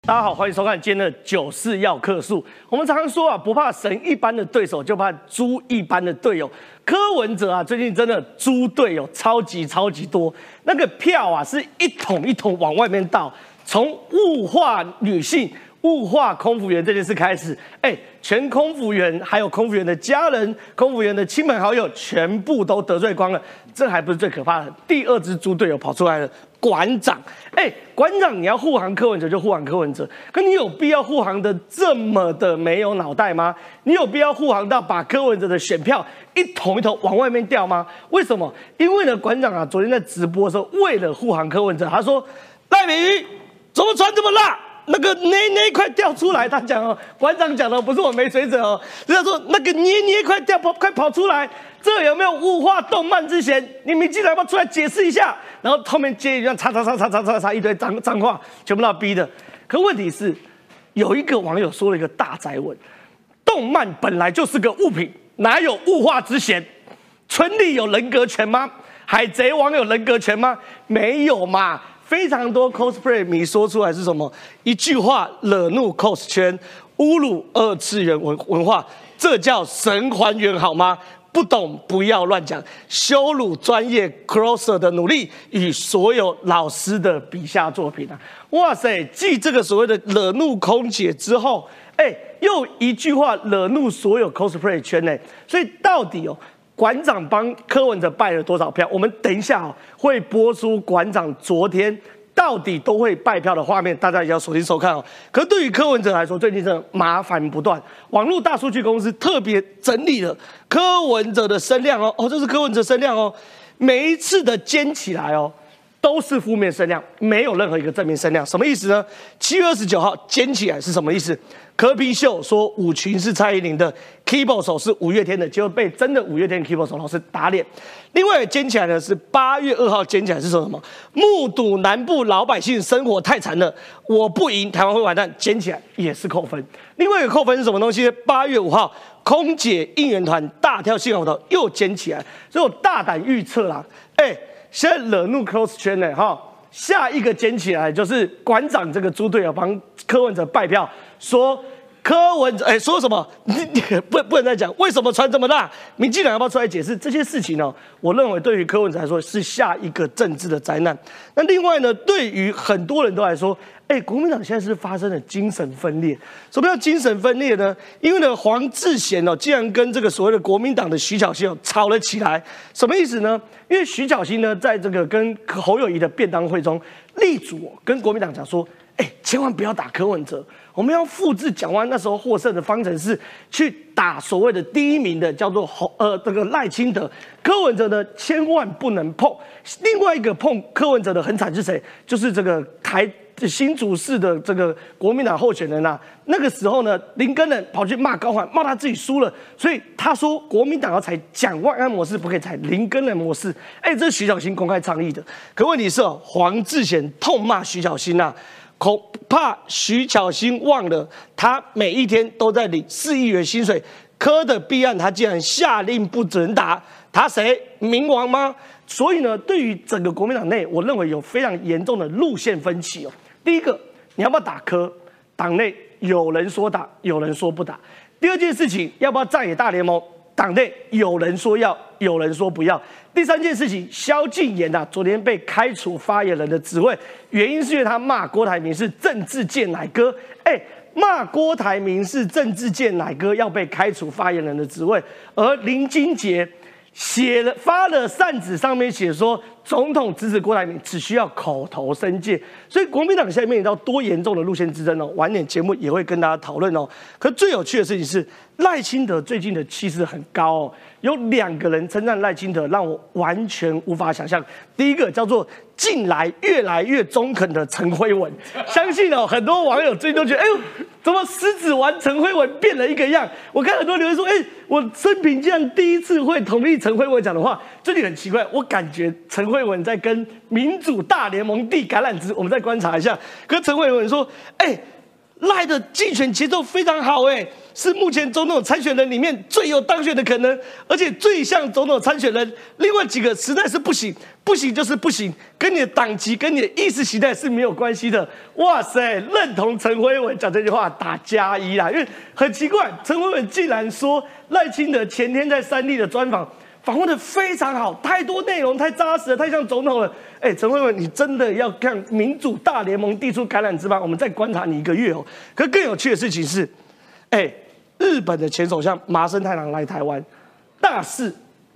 大家好，欢迎收看今天的94要客诉。我们常常说啊，不怕神一般的对手，就怕猪一般的队友。柯文哲啊，最近真的猪队友超级多，那个票啊是一桶一桶往外面倒，从物化女性、物化空服员这件事开始，全空服员还有空服员的家人、空服员的亲朋好友，全部都得罪光了。这还不是最可怕的，第二只猪队友跑出来了。馆长，馆长，你要护航柯文哲就护航柯文哲，可你有必要护航的这么的没有脑袋吗？你有必要护航到把柯文哲的选票一桶一桶往外面掉吗？为什么？因为呢，馆长啊，昨天在直播的时候，为了护航柯文哲，他说赖美瑜怎么穿这么辣？那个捏快掉出来，他讲哦，馆长讲的不是我没水准哦，是他说那个捏快快跑出来，这有没有物化动漫之嫌？你民进党要不要出来解释一下？然后后面接一段叉一堆脏话，全部都要逼的。可问题是，有一个网友说了一个大哉问：动漫本来就是个物品，哪有物化之嫌？春丽有人格权吗？海贼王有人格权吗？没有嘛。非常多 cosplay 迷说出来是什么？一句话惹怒 cos 圈，侮辱二次元文化，这叫神还原好吗？不懂不要乱讲，羞辱专业 crosser 的努力与所有老师的笔下作品啊！哇塞，继这个所谓的惹怒空姐之后，又一句话惹怒所有 cosplay 圈呢。所以到底馆长帮柯文哲拜了多少票？我们等一下会播出馆长昨天到底都会拜票的画面，大家也要锁定收看哦。可是对于柯文哲来说，最近真的麻烦不断。网络大数据公司特别整理了柯文哲的声量哦，这是柯文哲声量哦，每一次的尖起来都是负面声量，没有任何一个正面声量。什么意思呢？7月29号尖起来是什么意思？柯 P 秀说舞群是蔡依林的 ，keyboard 手是五月天的，结果被真的五月天 keyboard 手老师打脸。另外尖起来呢是8月2号尖起来是什么？目睹南部老百姓生活太惨了，我不赢台湾会完蛋，尖起来也是扣分。另外一个扣分是什么东西？8月5号空姐应援团大跳幸好头又尖起来，所以我大胆预测啦，现在惹怒 close 圈呢下一个尖起来就是馆长这个猪队友帮柯文哲拜票，说柯文哲说什么？你不能再讲，为什么穿这么辣？民进党要不要出来解释这些事情呢？我认为对于柯文哲来说是下一个政治的灾难。那另外呢，对于很多人都来说，国民党现在是发生了精神分裂。什么叫精神分裂呢？因为呢，黄智贤竟然跟这个所谓的国民党的徐巧芯吵了起来。什么意思呢？因为徐巧芯呢，在这个跟侯友宜的便当会中，力主跟国民党讲说，千万不要打柯文哲，我们要复制蒋万那时候获胜的方程式，去打所谓的第一名的叫做这个赖清德。柯文哲呢，千万不能碰。另外一个碰柯文哲的很惨是谁？就是这个新竹市的这个国民党候选人啊，那个时候呢，林根仁跑去骂高虹，骂他自己输了，所以他说国民党要采蒋万安模式，不可以采林根仁模式。这是徐巧芯公开倡议的。可问题是黄智贤痛骂徐巧芯啊，恐怕徐巧芯忘了，他每一天都在领4亿元薪水。柯的弊案，他竟然下令不准打，他谁？冥王吗？所以呢，对于整个国民党内，我认为有非常严重的路线分歧第一个，你要不要打柯？党内有人说打，有人说不打。第二件事情，要不要在野大联盟？党内有人说要，有人说不要。第三件事情，萧敬言昨天被开除发言人的职位，原因是因为他骂郭台铭是政治贱奶哥。骂郭台铭是政治贱奶哥，要被开除发言人的职位，而林金杰发了扇子，上面写说总统支持郭台铭只需要口头申诫，所以国民党现在面临到多严重的路线之争晚点节目也会跟大家讨论可最有趣的事情是赖清德最近的气势很高有2个人称赞赖清德，让我完全无法想象。第一个叫做近来越来越中肯的陈辉文，相信很多网友最近都觉得，怎么狮子丸陈辉文变了一个样？我看很多留言说，我生平竟然第一次会同意陈辉文讲的话，最近很奇怪，我感觉陈慧文在跟民主大联盟递橄榄枝，我们再观察一下。可陈慧文说， 赖的竞选节奏非常好，是目前总统参选人里面最有当选的可能，而且最像总统参选人。另外几个实在是不行，不行就是不行，跟你的党籍、跟你的意识形态是没有关系的。哇塞，认同陈辉文讲这句话打+1啦，因为很奇怪，陈辉文竟然说赖清德前天在3立的专访问的非常好，太多内容太扎实了，太像总统了。陈慧文，你真的要向民主大联盟递出橄榄枝吗？我们再观察你1个月哦。可更有趣的事情是，日本的前首相麻生太郎来台湾，大事，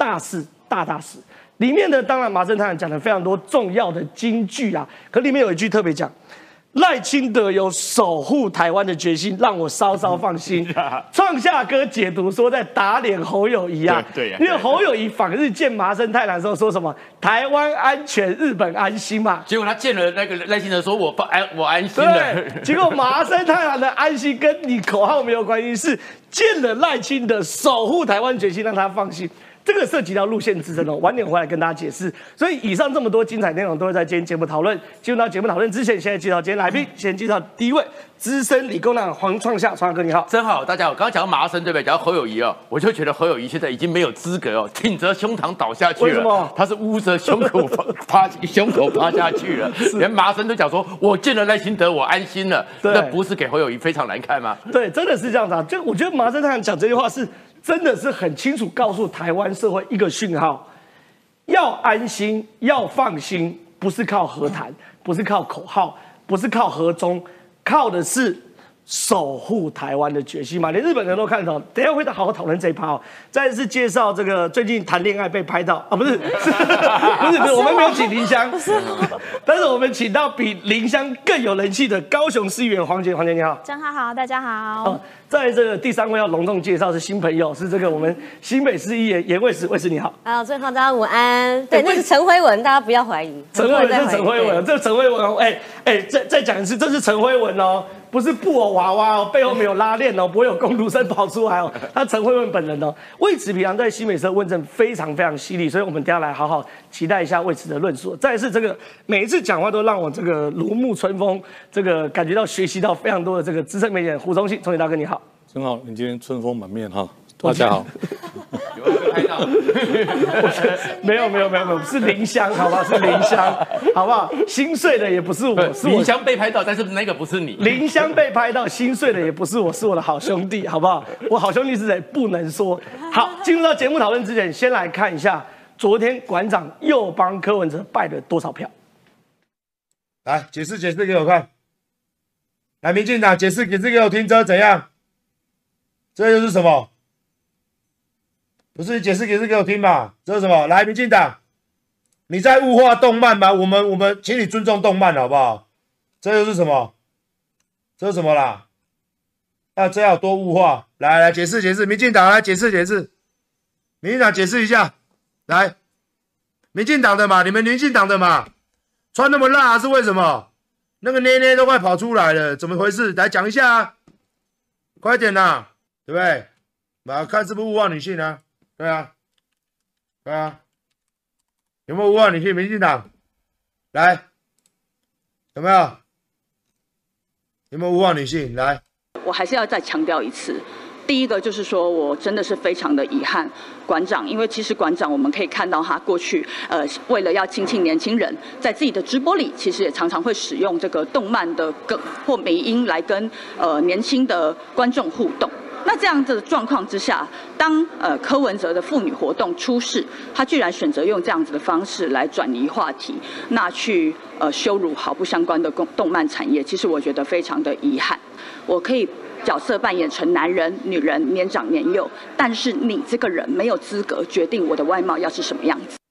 里面呢，当然麻生太郎讲了非常多重要的金句啊，可里面有一句特别讲。赖清德有守护台湾的决心，让我稍稍放心。创夏哥解读说在打脸侯友宜啊， 对， 因为侯友宜访日见麻生太郎的时候说什么台湾安全，日本安心嘛， 结果他见了那个赖清德说我安心了， 对，结果麻生太郎的安心跟你口号没有关系，是见了赖清德守护台湾决心，让他放心。这个涉及到路线之争哦，晚点回来跟大家解释。所以以上这么多精彩内容都会在今天节目讨论。进入到节目讨论之前，现在介绍今天来宾，先介绍第一位资深理工男黄创夏，创夏哥你好， 真好，大家好。刚刚讲到麻生对不对？讲到侯友宜哦，我就觉得侯友宜现在已经没有资格哦，挺着胸膛倒下去了。 为什么？ 他是捂着胸口趴下去了。连麻生都讲说，我见了赖清德，我安心了。那不是给侯友宜非常难看吗？ 对，真的是这样子啊。就我觉得麻生太郎讲这句话是。真的是很清楚告诉台湾社会一个讯号：要安心，要放心，不是靠和谈，不是靠口号，不是靠和中，靠的是守护台湾的决心嘛。连日本人都看得懂。等一下会好好讨论这一趴哦。再次介绍这个最近谈恋爱被拍到啊，不是，我们没有请林香，但是我们请到比林香更有人气的高雄市议员黄捷你好， 正好，大家好。 在这个第3位要隆重介绍是新朋友，是这个我们新北市议员严卫士你好。 最后大家午安。对，那是陈辉文，大家不要怀疑。 陈辉文是陈辉文，这陈辉文再讲一次，这是陈辉文哦，不是布偶娃娃哦，背后没有拉链哦，不会有工读生跑出来哦，他陈辉文本人哦。魏慈平常在新北市问政非常非常犀利，所以我们等一下来好好期待一下魏慈的论述。再来是这个每一次讲话都让我这个如沐春风，这个感觉到学习到非常多的这个资深媒体人胡宗信大哥你好。 真好，你今天春风满面哈，大家好。 有没有拍到？ 没有，是林香，好不好？是林香，好不好？心碎的也不是我，是林香被拍到，但是那个不是你。 林香被拍到，心碎的也不是我，是我的好兄弟，好不好？我好兄弟是谁？不能说。好，进入到节目讨论之前，先来看一下昨天馆长又帮柯文哲败了多少票。 来解释给我看。来，民进党解释给我听，这怎样？这又是什么？不是解释给我听嘛？这是什么？来，民进党，你在物化动漫吗？我们，请你尊重动漫好不好？这又是什么？这是什么啦？这要多物化。来解释，民进党来解释。民进党解释一下，来，民进党的嘛，你们民进党的嘛，穿那么辣是为什么？那个捏都快跑出来了，怎么回事？来讲一下啊，快点啦！对不对？看是不是物化女性啊？对啊，有没有物化女性？民进党，来，有没有？有没有物化女性？来， 我还是要再强调一次。第一个就是说，我真的是非常的遗憾，馆长，因为其实馆长我们可以看到他过去，为了要亲近年轻人，在自己的直播里，其实也常常会使用这个动漫的梗或美音来跟年轻的观众互动。那这样子的状况之下，当柯文哲的妇女活动出事，他居然选择用这样子的方式来转移话题，那去羞辱毫不相关的动漫产业，其实我觉得非常的遗憾。我可以角色扮演成男人、女人、年长年幼，但是你这个人没有资格决定我的外貌要是什么样子。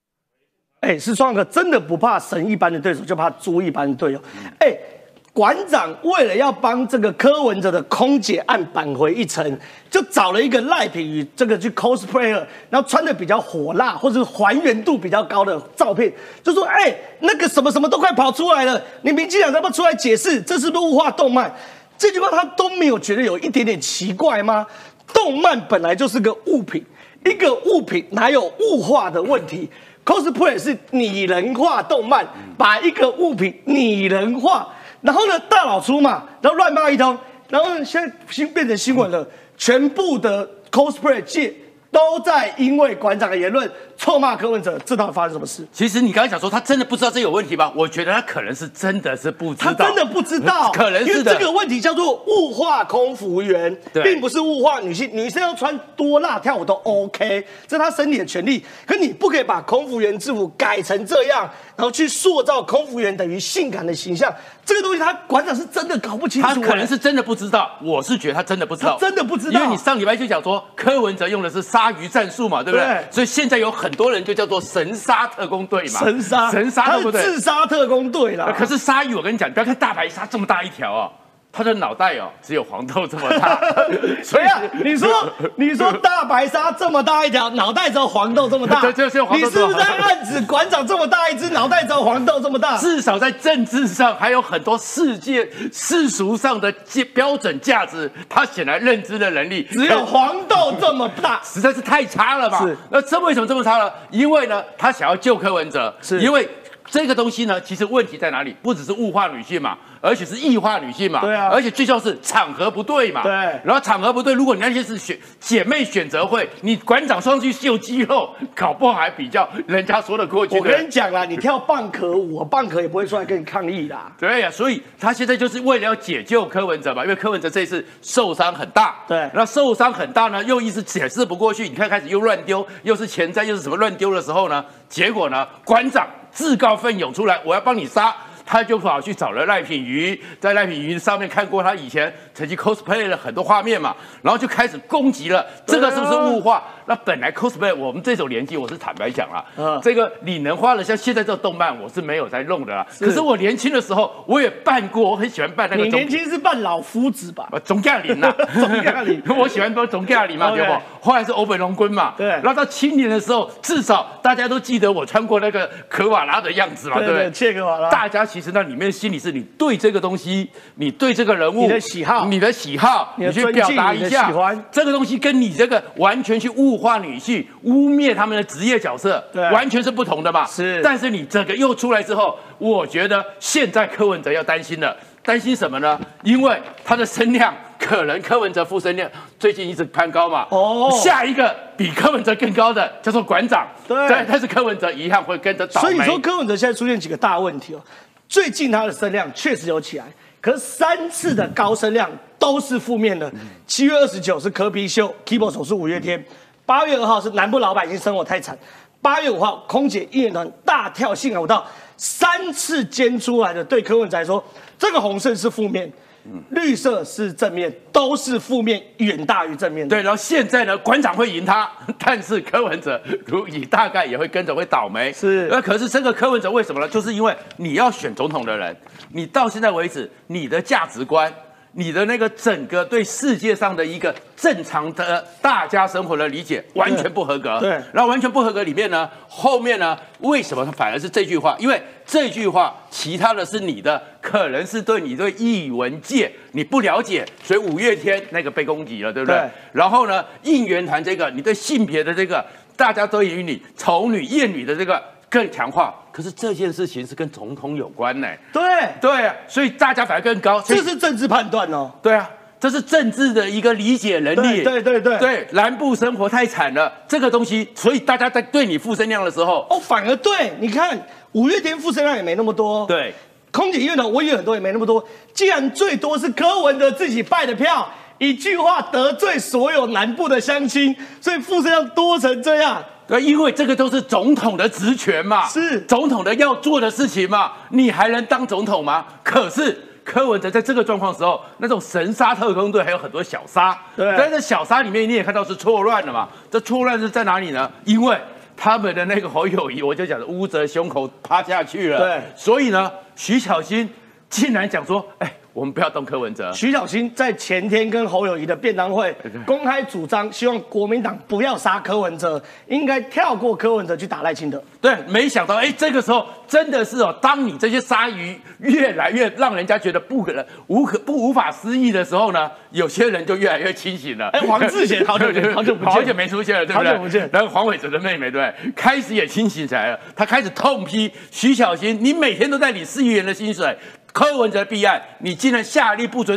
然后现在变成新闻了，全部的 cosplay 界都在因为馆长的言论臭骂柯文哲，这到底发生什么事？ 其实你刚才讲说他真的不知道这有问题吗？我觉得他可能是真的是不知道， 他真的不知道， 可能是的。 因为这个问题叫做物化空服员，并不是物化女性。女生要穿多辣跳舞都 OK， 这是她身体的权利。可你不可以把空服员制服改成这样，然后去塑造空服员等于性感的形象。这个东西他馆长是真的搞不清楚， 他可能是真的不知道，我是觉得他真的不知道， 他真的不知道， 因为你上礼拜就讲说柯文哲用的是鲨鱼战术嘛，对不对？ 对， 所以现在有很多人就叫做神杀特工队嘛，神杀对不对？ 自杀特工队啦。 可是鲨鱼，我跟你讲，你不要看大白鲨这么大一条哦。他的脑袋哦，只有黄豆这么大， 所以你说大白鲨这么大一条，脑袋只有黄豆这么大， 就是黄豆。 你是不是在暗指馆长这么大一只，脑袋只有黄豆这么大？ 至少在政治上还有很多世俗上的标准价值，他显然认知的能力只有黄豆这么大， 实在是太差了嘛。那这为什么这么差呢？因为呢，他想要救柯文哲，因为这个东西呢，其实问题在哪里？不只是物化女性嘛。而且是异化女性嘛， 对啊， 而且最重要是场合不对嘛， 对， 然后场合不对，如果你那些是姐妹选择会，你馆长上去秀肌肉，搞不好还比较人家说得过去。 我跟你讲啦，你跳蚌壳舞，蚌壳也不会出来跟你抗议啦。 对呀，所以他现在就是为了要解救柯文哲嘛，因为柯文哲这次受伤很大， 对， 那受伤很大呢，又一直解释不过去，你看开始又乱丢，又是钱债，又是什么乱丢的时候呢，结果呢，馆长自告奋勇出来，我要帮你杀。他就跑去找了赖品妤，在赖品妤上面看过他以前曾经 cosplay 了很多画面嘛，然后就开始攻击了，这个是不是物化？那本来 cosplay 我们这种年纪，我是坦白讲啦，这个你能画的像现在这个动漫，我是没有在弄的啦。可是我年轻的时候我也扮过，我很喜欢扮那个。 你年轻是扮老夫子吧？ 总驾临呐， 总驾临， 我喜欢扮总驾临嘛，对不？后来是欧北龙君嘛， 对。 然后到青年的时候，至少大家都记得我穿过那个可瓦拉的样子嘛，对不对？ 切可瓦拉。 大家其实那里面心里是你对这个东西，你对这个人物， 你的喜好， 你去表达一下，这个东西跟你这个完全去物化女性、污蔑他们的职业角色，完全是不同的嘛。 是， 但是你这个又出来之后，我觉得现在柯文哲要担心了，担心什么呢？因为他的声量可能柯文哲负声量最近一直攀高嘛。下一个比柯文哲更高的叫做馆长，对，但是柯文哲一样会跟着倒霉。 所以说柯文哲现在出现几个大问题哦。最近他的声量确实有起来，可是3次的高声量都是负面的。7月29是柯 P 秀 ，keyboard 手是5月天；8月2号是南部老百姓生活太惨；8月5号空姐应援团大跳性感舞蹈，3次煎出来的对柯文哲来说，这个红色是负面。绿色是正面，都是负面，远大于正面的。 对，然后现在呢，馆长会赢他，但是柯文哲大概也会跟着会倒霉。 是， 可是这个柯文哲为什么呢？就是因为你要选总统的人，你到现在为止，你的价值观。你的那个整个对世界上的一个正常的大家生活的理解完全不合格， 对， 然后完全不合格里面呢，后面呢，为什么反而是这句话？因为这句话，其他的是你的，可能是对你对艺文界你不了解，所以5月天那个被攻击了，对不对？然后呢，应援团这个，你对性别的这个，大家对于你丑女艳女的这个更强化。可是这件事情是跟总统有关呢，对，所以大家反而更高， 这是政治判断哦。 对啊，这是政治的一个理解能力。对，南部生活太惨了，这个东西，所以大家在对你负声量的时候， 反而对，你看5月天负声量也没那么多， 对， 空姐院的我以为很多也没那么多，既然最多是柯文哲自己拜的票，一句话得罪所有南部的乡亲，所以负声量多成这样。 对，因为这个都是总统的职权嘛， 是总统的要做的事情嘛，你还能当总统吗？可是柯文哲在这个状况的时候，那种神杀特工队还有很多小杀， 对， 在这小杀里面你也看到是错乱的嘛，这错乱是在哪里呢？因为他们的那个侯友宜，我就讲的捂着胸口趴下去了， 对， 所以呢，徐小新竟然讲说，我们不要动柯文哲。 徐小新在前天跟侯友宜的便当会公开主张，希望国民党不要杀柯文哲，应该跳过柯文哲去打赖清德。 对，没想到这个时候真的是当你这些鲨鱼越来越让人家觉得无法思议的时候呢，有些人就越来越清醒了。 黄智贤好久没出现了，对不对？ 好久不见。 然后黄伟哲的妹妹对，开始也清醒起来了，他开始痛批徐小新，你每天都在领4亿元的薪水。柯文哲弊案，你竟然下令不准打，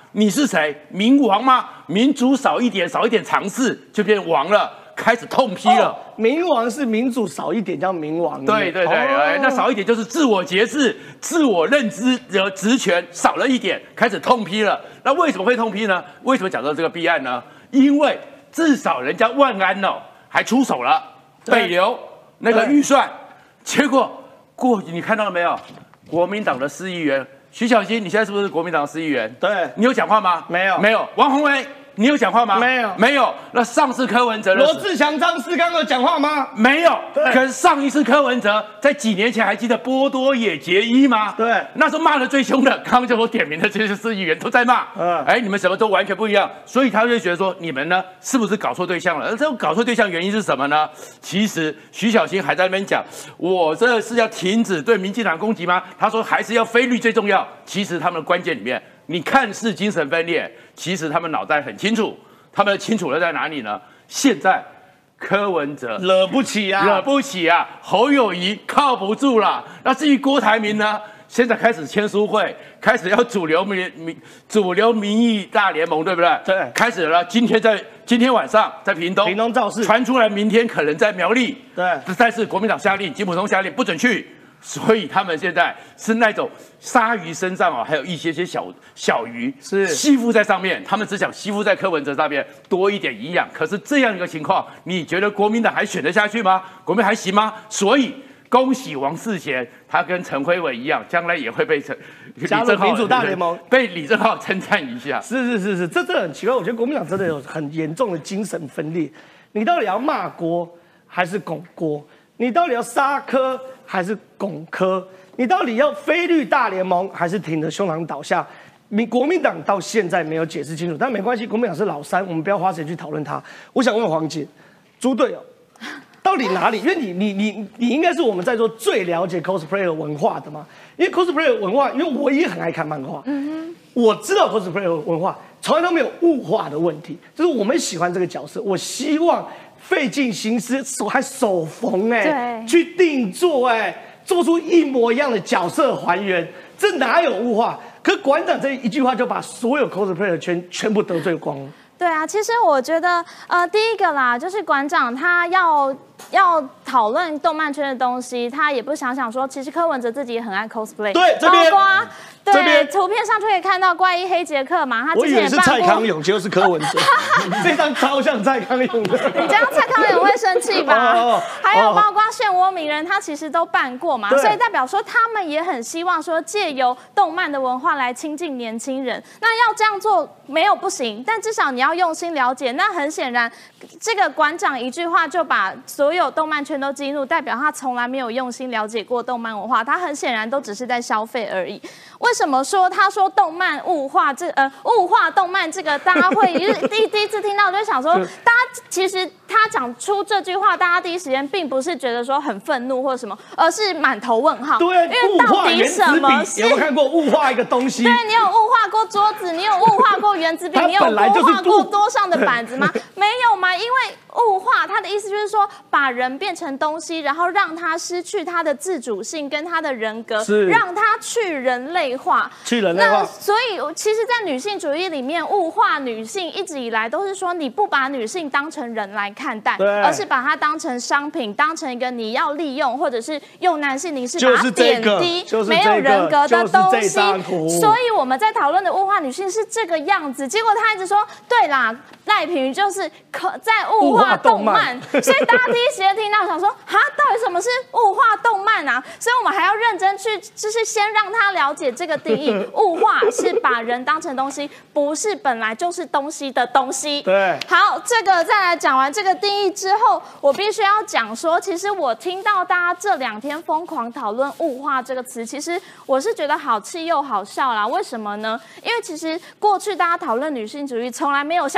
你是谁？民王吗？民主少一点尝试就变王了。开始痛批了， 民王是民主少一点叫民王， 对，那少一点就是自我节制、自我认知的职权少了一点，开始痛批了。那为什么会痛批呢？为什么讲到这个弊案呢？因为至少人家万安哦还出手了，北流那个预算，结果你看到了没有？国民党的市议员徐小新，你现在是不是国民党的市议员？ 对， 你有讲话吗？ 没有， 没有。王宏威。你有讲话吗？没有。那上次柯文哲罗志祥、张世刚有讲话吗？ 没有。可是上一次柯文哲在几年前还记得波多野结衣吗？ 对， 那时候骂得最凶的，刚刚就我点名的这些市议员都在骂。你们什么都完全不一样，所以他就觉得说你们呢是不是搞错对象了？而这种搞错对象原因是什么呢？其实徐小新还在那边讲，我这是要停止对民进党攻击吗？他说还是要菲律最重要。其实他们的关键里面。你看似精神分裂，其实他们脑袋很清楚，他们清楚的在哪里呢？现在柯文哲惹不起啊， 侯友宜靠不住了。那至于郭台铭呢？现在开始签书会，开始要主流民意大联盟，对不对？ 对， 开始了。今天晚上在屏东造势传出来，明天可能在苗栗。 对， 但是国民党下令，金溥聪下令不准去。所以他们现在是那种鲨鱼身上哦，还有一些小鱼是吸附在上面，他们只想吸附在柯文哲上面多一点营养。可是这样一个情况，你觉得国民党还选得下去吗？国民还行吗？所以恭喜王世贤，他跟陈辉伟一样，将来也会被加入民主大联盟， 被李正皓称赞一下。 是，这真的很奇怪。我觉得国民党真的有很严重的精神分裂。你到底要骂郭还是拱郭？你到底要杀柯还是拱柯？你到底要菲律大联盟还是挺着胸膛倒下？国民党到现在没有解释清楚，但没关系，国民党是老三，我们不要花时间去讨论它。我想问黄姐，猪队友到底哪里？因为你应该是我们在座最了解 cosplayer 文化的嘛。因为 cosplayer 文化，因为我也很爱看漫画，我知道 cosplayer 文化从来都没有物化的问题，就是我们喜欢这个角色，我希望。费尽心思手缝去定做做出一模一样的角色还原，这哪有物化？可馆长这一句话就把所有 cosplayer 全部得罪光了。 对啊，其实我觉得第一个啦，就是馆长他要讨论动漫圈的东西，他也不想说，其实柯文哲自己也很爱 cosplay。 对，这边。 对，图片上就可以看到怪医黑杰克嘛，他之前也办过。 我以为是蔡康永，结果是柯文哲，这张超像蔡康永的。 你这样蔡康永会生气吧？还有包括漩涡鸣人，他其实都办过嘛，所以代表说他们也很希望说借由动漫的文化来亲近年轻人。那要这样做没有不行，但至少你要用心了解。那很显然，这个馆长一句话就把所有动漫圈都激怒，代表他从来没有用心了解过动漫文化，他很显然都只是在消费而已。为什么说他说动漫物化物化动漫这个，大家会第一次听到就想说，大家其实他讲出这句话，大家第一时间并不是觉得说很愤怒或什么，而是满头问号。 对，因为到底什么是？有没有看过物化一个东西？ 对，你有物化过桌子，你有物化过原子笔，你有物化过桌上的板子吗？没有吗？因为物化，他的意思就是说，把人变成东西，然后让他失去他的自主性跟他的人格，让他去人类化。那所以，其实，在女性主义里面，物化女性一直以来都是说，你不把女性当成人来看待，而是把它当成商品，当成一个你要利用，或者是用男性凝视把它点低，没有人格的东西。所以我们在讨论的物化女性是这个样子。结果他一直说，对啦，赖品妤就是在物化动漫，所以大家第一时间听到想说，哈，到底什么是物化动漫啊？所以我们还要认真去，就是先让他了解这个定义。物化是把人当成东西，不是本来就是东西的东西。 对， 好，这个再来讲完这个定义之后，我必须要讲说，其实我听到大家这2天疯狂讨论物化这个词，其实我是觉得好气又好笑啦。为什么呢？因为其实过去大家讨论女性主义，从来没有像这2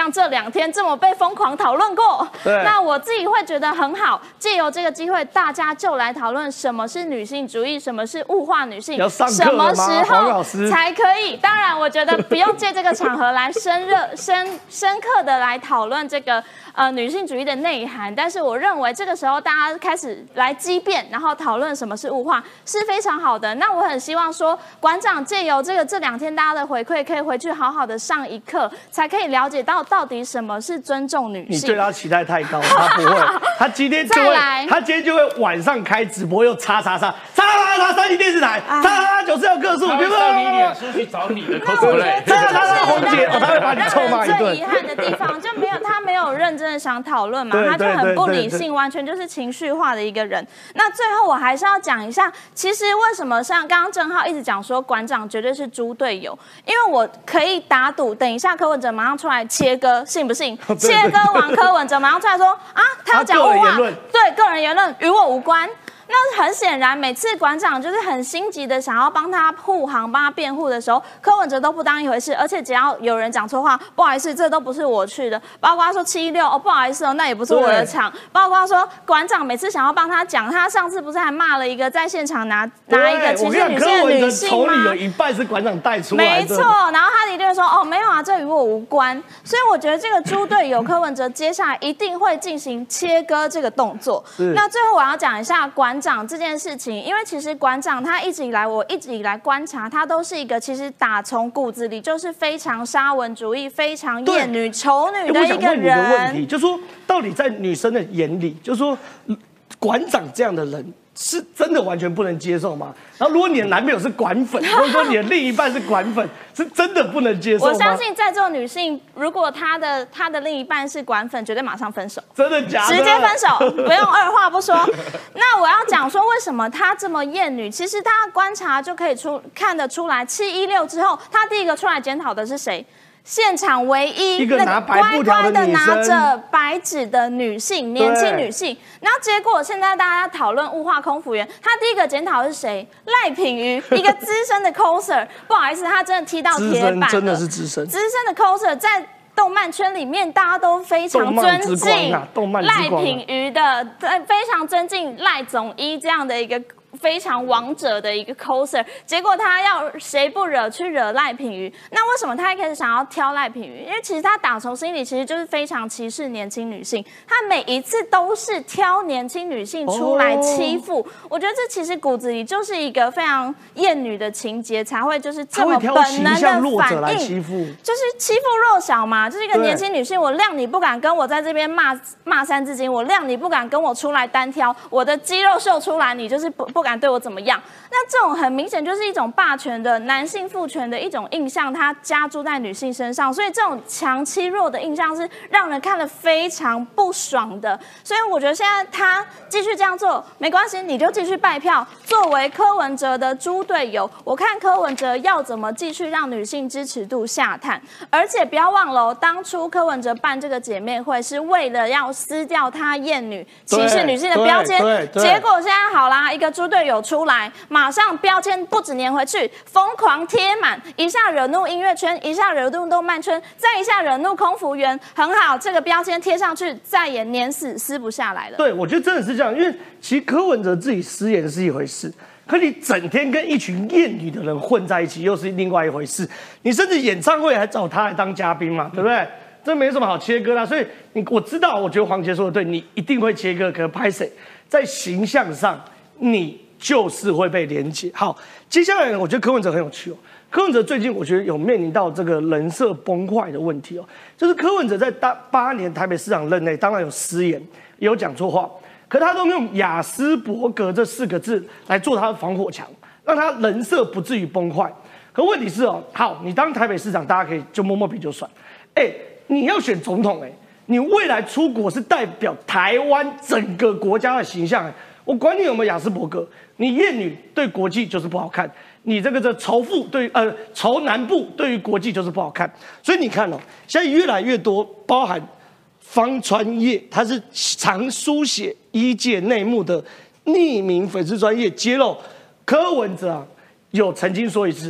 2天这么被疯狂讨论过。 对， 那我自己会觉得很好，借由这个机会，大家就来讨论什么是女性主义，什么是物化女性，什么时候才可以？当然，我觉得不用借这个场合来深刻的来讨论这个女性主义的内涵，但是我认为这个时候大家开始来激辩，然后讨论什么是物化，是非常好的。那我很希望说，馆长借由这2天大家的回馈，可以回去好好的上一课，才可以了解到底什么是尊重女性。 你对他期待太高，他不会，他今天就会晚上开直播，又叉三立电视台，94要客诉， 他会上你脸书去找你的 cosplay， 红姐，他会把你臭骂一顿。 最遗憾的地方就他没有认真的想讨论嘛，他就很不理性，完全就是情绪化的一个人。那最后我还是要讲一下，其实为什么像刚刚正皓一直讲说馆长绝对是猪队友，因为我可以打赌，等一下柯文哲马上出来切割，信不信？切割完柯文哲马上出来说啊，他要讲物化，对个人言论与我无关。那很显然，每次馆长就是很心急的想要帮他护航、帮他辩护的时候，柯文哲都不当一回事，而且只要有人讲错话，不好意思，这都不是我去的。包括说716，哦，不好意思哦，那也不是我的场。包括说馆长每次想要帮他讲，他上次不是还骂了一个在现场拿一个歧视女性的女性吗？ 丑女有一半是馆长带出来的。 没错，然后他一定会说哦，没有啊，这与我无关。所以我觉得这个猪队友柯文哲接下来一定会进行切割这个动作。那最后我要讲一下馆长这件事情，因为其实馆长他我一直以来观察，他都是一个其实打从骨子里就是非常沙文主义、非常厌女、丑女的一个人。 我想问你的问题，就是说到底在女生的眼里，就是说馆长这样的人是真的完全不能接受吗？然后如果你的男朋友是馆粉，或者说你的另一半是馆粉，是真的不能接受吗？ 我相信在座女性，如果她的另一半是馆粉，绝对马上分手。 真的假的？ 直接分手，不用二话不说。那我要讲说，为什么她这么厌女？其实大家观察就可以看得出来，716之后，她第一个出来检讨的是谁？现场唯一那个乖乖的拿着白纸的女性，年轻女性。然后结果现在大家讨论物化空服员，他第一个检讨是谁？赖品妤，一个资深的 coser。不好意思，他真的踢到铁板了， 真的是资深的 coser， 在动漫圈里面，大家都非常尊敬赖品妤的，非常尊敬赖总一这样的一个非常王者的一个 coser， 结果他要谁不惹去惹赖品妤。那为什么他一开始想要挑赖品妤？因为其实他打从心里其实就是非常歧视年轻女性，他每一次都是挑年轻女性出来欺负。我觉得这其实骨子里就是一个非常厌女的情节，才会就是这么本能的反应，就是欺负弱小嘛，就是一个年轻女性，我谅你不敢跟我在这边骂三字经，我谅你不敢跟我出来单挑，我的肌肉秀出来，你就是不敢对我怎么样。那这种很明显就是一种霸权的男性父权的一种印象，它加诸在女性身上，所以这种强欺弱的印象是让人看了非常不爽的。所以我觉得现在他继续这样做没关系，你就继续拜票。作为柯文哲的猪队友，我看柯文哲要怎么继续让女性支持度下探。而且不要忘了，当初柯文哲办这个姐妹会是为了要撕掉他厌女、歧视女性的标签，结果现在好啦，一个猪队友出来，马上标签不止粘回去，疯狂贴满，一下惹怒音乐圈，一下惹怒动漫圈，再一下惹怒空服员，很好，这个标签贴上去，再也粘死撕不下来了。 对，我觉得真的是这样，因为其实柯文哲自己失言是一回事，可你整天跟一群厌女的人混在一起，又是另外一回事。你甚至演唱会还找他来当嘉宾嘛，对不对？这没什么好切割的，所以我知道，我觉得黄杰说的对，你一定会切割，可拍谁在形象上你就是会被连结。好，接下来呢，我觉得柯文哲很有趣哦。柯文哲最近我觉得有面临到这个人设崩坏的问题哦，就是柯文哲在8年台北市长任内，当然有失言，也有讲错话，可他都用亚斯伯格这4个字来做他的防火墙，让他人设不至于崩坏。可问题是哦，好，你当台北市长，大家可以就摸摸鼻就算，你要选总统，你未来出国是代表台湾整个国家的形象，我管你有没有亚斯伯格，你厌女对国际就是不好看，你这仇富仇南部对于国际就是不好看，所以你看哦，现在越来越多包含方川业，他是常书写医界内幕的匿名粉丝专页揭露，柯文哲有曾经说一次，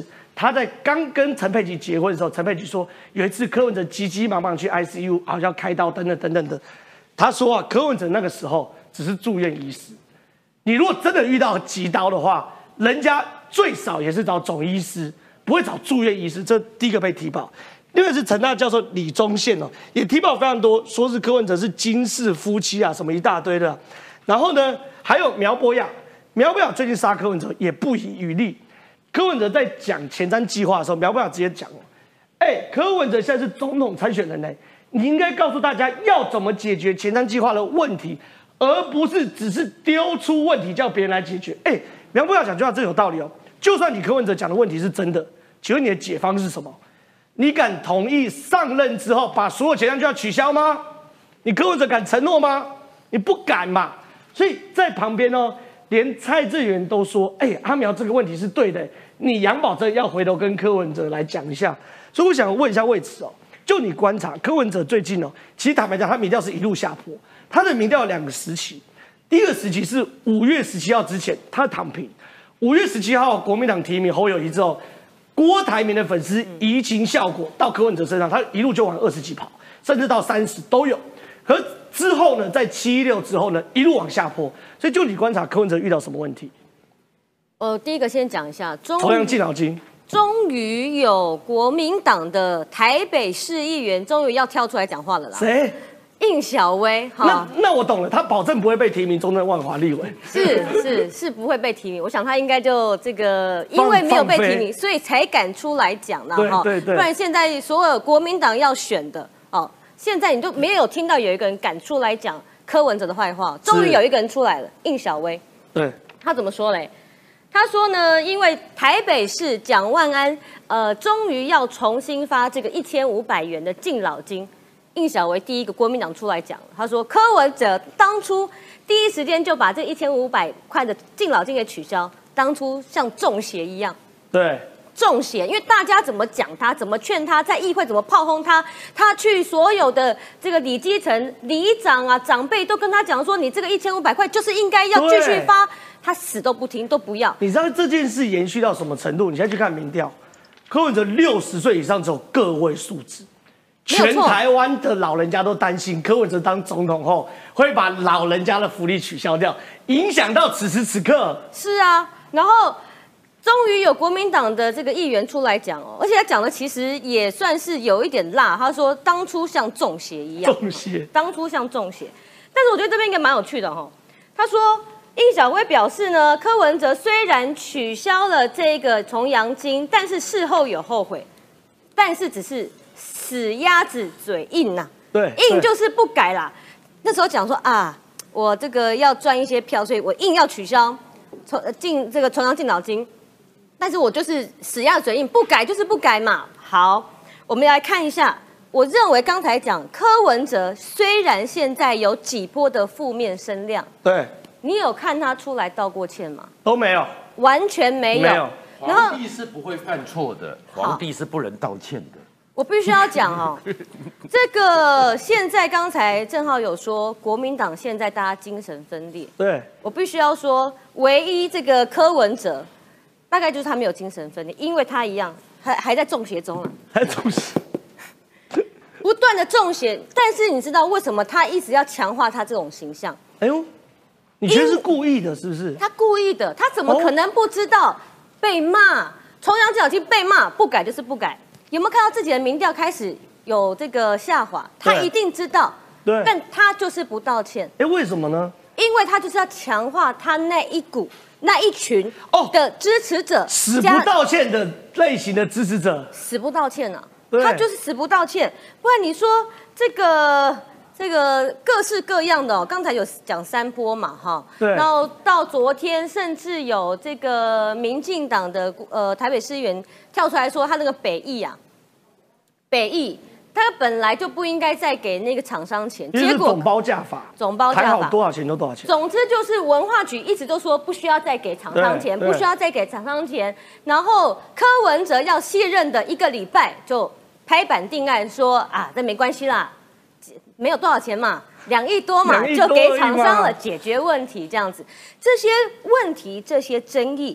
他在刚跟陈佩琪结婚的时候，陈佩琪说有一次柯文哲急急忙忙去 ICU， 好像开刀等等的。他说啊，柯文哲那个时候只是住院医师。你如果真的遇到急刀的话，人家最少也是找总医师，不会找住院医师。这第一个被踢爆。另外是成大教授李宗宪哦，也踢爆非常多，说是柯文哲是金氏夫妻啊，什么一大堆的。然后呢，还有苗博雅最近杀柯文哲也不遗余力。柯文哲在讲前瞻计划的时候，苗博雅直接讲哦，柯文哲现在是总统参选人呢，你应该告诉大家要怎么解决前瞻计划的问题，而不是只是丢出问题叫别人来解决。苗博雅讲句话真有道理哦，就算你柯文哲讲的问题是真的，请问你的解方是什么？你敢同意上任之后把所有前瞻计划取消吗？你柯文哲敢承诺吗？你不敢嘛。所以在旁边哦，连蔡志元都说：“阿苗这个问题是对的，你杨宝珍要回头跟柯文哲来讲一下。”所以我想问一下魏慈哦，就你观察柯文哲最近哦，其实坦白讲，他民调是一路下坡。他的民调有2个时期，第一个时期是5月17号之前，他躺平。5月17号国民党提名侯友宜之后，郭台铭的粉丝移情效果到柯文哲身上，他一路就往20几跑，甚至到30都有。可是之后呢，在716之后呢，一路往下坡。所以就你观察柯文哲遇到什么问题？ 第一个先讲一下， 同样敬老金， 终于有国民党的台北市议员终于要跳出来讲话了啦。 谁？ 应小薇。 那我懂了，他保证不会被提名中正万华立委。 是不会被提名。我想他应该就这个，因为没有被提名，所以才敢出来讲啦。 对， 不然现在所有国民党要选的现在你就没有听到有一个人敢出来讲柯文哲的坏话。终于有一个人出来了，应小薇。 对， 他怎么说嘞？他说呢，因为台北市蒋万安终于要重新发这个1500元的敬老金。应小薇第一个国民党出来讲了，他说柯文哲当初第一时间就把这1500块的敬老金给取消，当初像中邪一样。 对， 中邪，因为大家怎么讲他，怎么劝他，在议会怎么炮轰他，他去所有的这个里基层里长啊长辈都跟他讲说，你这个1500块就是应该要继续发，他死都不听，都不要。 你知道这件事延续到什么程度？你现在去看民调，柯文哲60岁以上只有个位数字。全台湾的老人家都担心柯文哲当总统后会把老人家的福利取消掉，影响到此时此刻。 是啊，然后终于有国民党的这个议员出来讲而且他讲的其实也算是有一点辣。他说当初像中邪一样，当初像中邪。但是我觉得这边应该蛮有趣的他说应小薇表示呢，柯文哲虽然取消了这个重阳金，但是事后有后悔，但是只是死鸭子嘴硬呐，硬就是不改啦。那时候讲说我这个要赚一些票，所以我硬要取消这个重阳敬老金，但是我就是死鸭子嘴硬，不改就是不改嘛。好，我们来看一下。我认为刚才讲柯文哲虽然现在有几波的负面声量， 对， 你有看他出来道过歉吗？ 都没有， 完全没有。 皇帝是不会犯错的，皇帝是不能道歉的。 我必须要讲这个现在刚才正浩有说，国民党现在大家精神分裂。 对， 我必须要说，唯一这个柯文哲，大概就是他没有精神分裂，因为他一样还在中邪中了， 还中邪， 不断的中邪。但是你知道为什么他一直要强化他这种形象？ 哎呦，你觉得是故意的，是不是？ 他故意的，他怎么可能不知道被骂？重阳敬老金被骂，不改就是不改。有没有看到自己的民调开始有这个下滑？他一定知道， 对， 但他就是不道歉。 为什么呢？ 因为他就是要强化他那一群的支持者， 死不道歉的类型的支持者， 死不道歉啊，他就是死不道歉。不然你说这个各式各样的刚才有讲3波嘛对， 然后到昨天甚至有这个民进党的台北市议员跳出来说，他那个北艺他本来就不应该再给那个厂商钱， 结果总包价法，谈好多少钱就多少钱。 总之就是文化局一直都说不需要再给厂商钱，不需要再给厂商钱。然后柯文哲要卸任的1个礼拜就拍板定案说这没关系啦，没有多少钱嘛，2亿多嘛，就给厂商了，解决问题这样子。这些问题这些争议，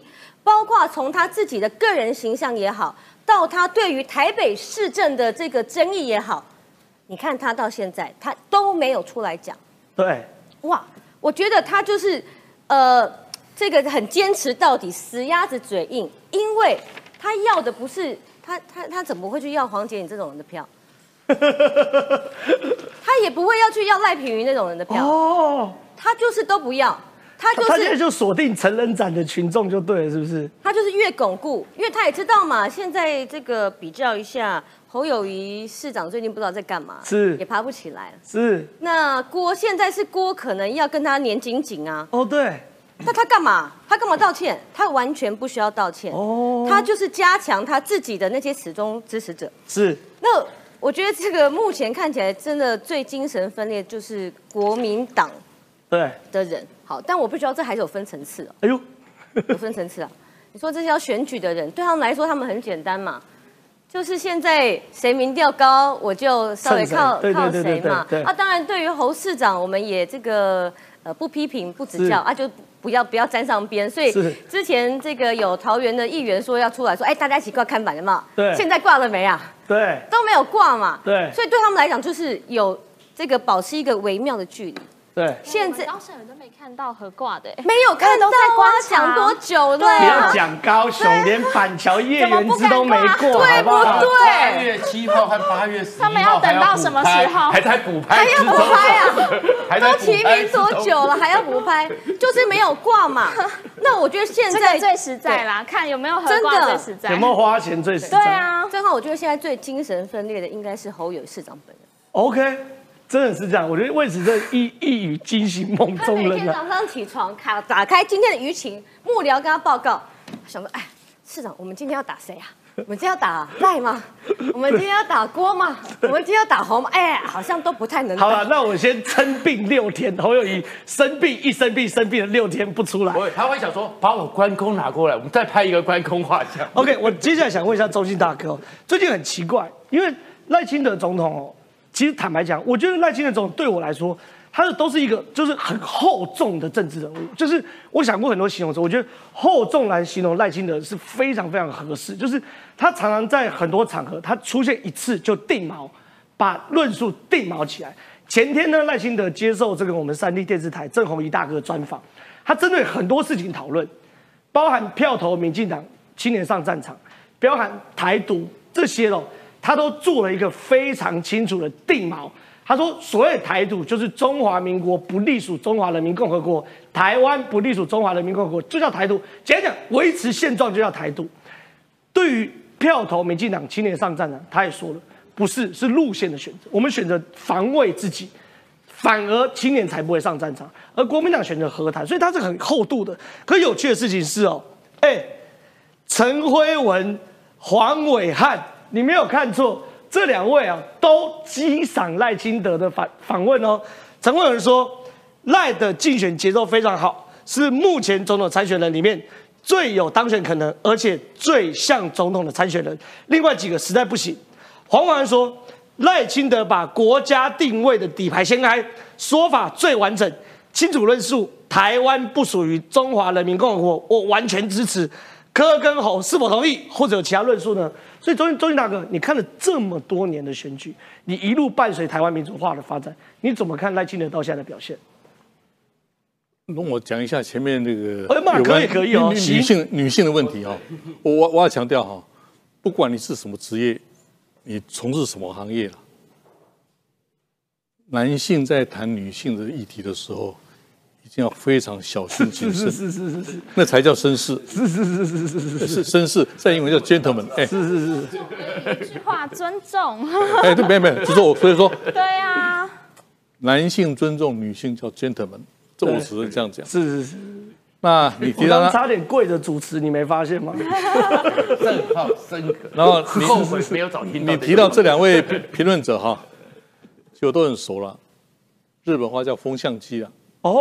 包括从他自己的个人形象也好，到他对于台北市政的这个争议也好，你看他到现在他都没有出来讲。对，哇，我觉得他就是这个很坚持到底，死鸭子嘴硬，因为他要的不是他怎么会去要黄捷你这种人的票？他也不会要去要赖品妤那种人的票哦，他就是都不要，他现在就锁定成人展的群众就对了，是不是？他就是越巩固，因为他也知道嘛，现在这个比较一下，侯友宜市长最近不知道在干嘛，是也爬不起来，是。那郭现在是郭可能要跟他黏紧紧啊，哦对。那他干嘛？他干嘛道歉？他完全不需要道歉哦，他就是加强他自己的那些始终支持者。是。那我觉得这个目前看起来真的最精神分裂就是国民党对的人。好，但我不知道这还是有分层次哦。哎呦，有分层次啊！你说这些要选举的人，对他们来说，他们很简单嘛，就是现在谁民调高，我就稍微靠谁嘛。啊，当然对于侯市长，我们也这个不批评不指教啊，就不要沾上边。所以之前这个有桃园的议员说要出来说，哎，大家一起挂看板的嘛。对。现在挂了没啊？对。都没有挂嘛。对。所以对他们来讲，就是有这个保持一个微妙的距离。对，现在高雄人都没看到合挂的， 没有看到啊，讲多久了？ 不要讲高雄，连板桥叶元之都没过， 对不对 ？8月7号和8月11号， 他们要等到什么时候？ 还在补拍， 还要补拍啊！都提名多久了，还要补拍？就是没有挂嘛。那我觉得现在最实在啦，看有没有合挂最实在， 有没有花钱最实在？ 对啊， 正好我觉得现在最精神分裂的应该是侯友宜市长本人。 OK。真的是这样，我觉得魏时珍一语惊醒梦中人。 他每天早上起床，打开今天的舆情，幕僚跟他报告，想说，哎，市长，我们今天要打谁啊？我们今天要打赖吗？我们今天要打郭吗？我们今天要打侯吗？哎，好像都不太能打。 好了，那我先称病6天，侯友宜生病了6天不出来。 他会想说，把我关公拿过来，我们再拍一个关公画像。 OK， 我接下来想问一下周信大哥，最近很奇怪，因为赖清德总统哦。其实坦白讲，我觉得赖清德总统对我来说，他都是一个就是很厚重的政治人物。就是我想过很多形容词，我觉得厚重来形容赖清德是非常非常合适。就是他常常在很多场合，他出现一次就定锚，把论述定锚起来。前天呢，赖清德接受这个我们3立电视台郑弘仪大哥专访，他针对很多事情讨论，包含票投民进党青年上战场，包含台独这些咯。他都做了一个非常清楚的定锚。他说，所谓台独就是中华民国不隶属中华人民共和国，台湾不隶属中华人民共和国，就叫台独。简单讲，维持现状就叫台独。对于票投民进党青年上战场，他也说了，不是，是路线的选择。我们选择防卫自己，反而青年才不会上战场，而国民党选择和谈，所以他是很厚度的。可有趣的事情是哦，陈辉文、黄伟汉。你没有看错，这2位啊都激赏赖清德的访问哦。陈慧文说，赖的竞选节奏非常好，是目前总统参选人里面最有当选可能，而且最像总统的参选人。另外几个实在不行。黄伟汉说，赖清德把国家定位的底牌掀开，说法最完整，清楚论述台湾不属于中华人民共和国，我完全支持。柯跟侯是否同意，或者有其他论述呢？所以周信大哥，你看了这么多年的选举，你一路伴随台湾民主化的发展，你怎么看赖清德到现在的表现？ 那我讲一下前面那个可以哦， 女性的问题哈，我要强调哈，不管你是什么职业，你从事什么行业啦，男性在谈女性的议题的时候，一定要非常小心谨慎，是，那才叫绅士，是绅士，在英文叫 gentleman， 一句话尊重， 对，没有，就是我所以说， 对啊， 男性尊重女性叫 gentleman， 这我只能这样讲， 是。 那你提到他差点跪着主持，你没发现吗？ 正好深刻， 然后你后悔没有早听到。 你提到这2位评论者哈，其实我都很熟了，日本话叫风向机啦。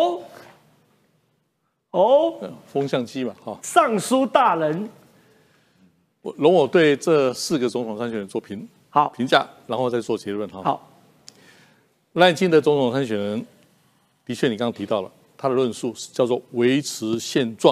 风向机嘛，哈。 尚书大人， 容我对这4个总统参选人做评价，然后再做结论哈。 好， 赖清德总统参选人，的确你刚刚提到了他的论述叫做维持现状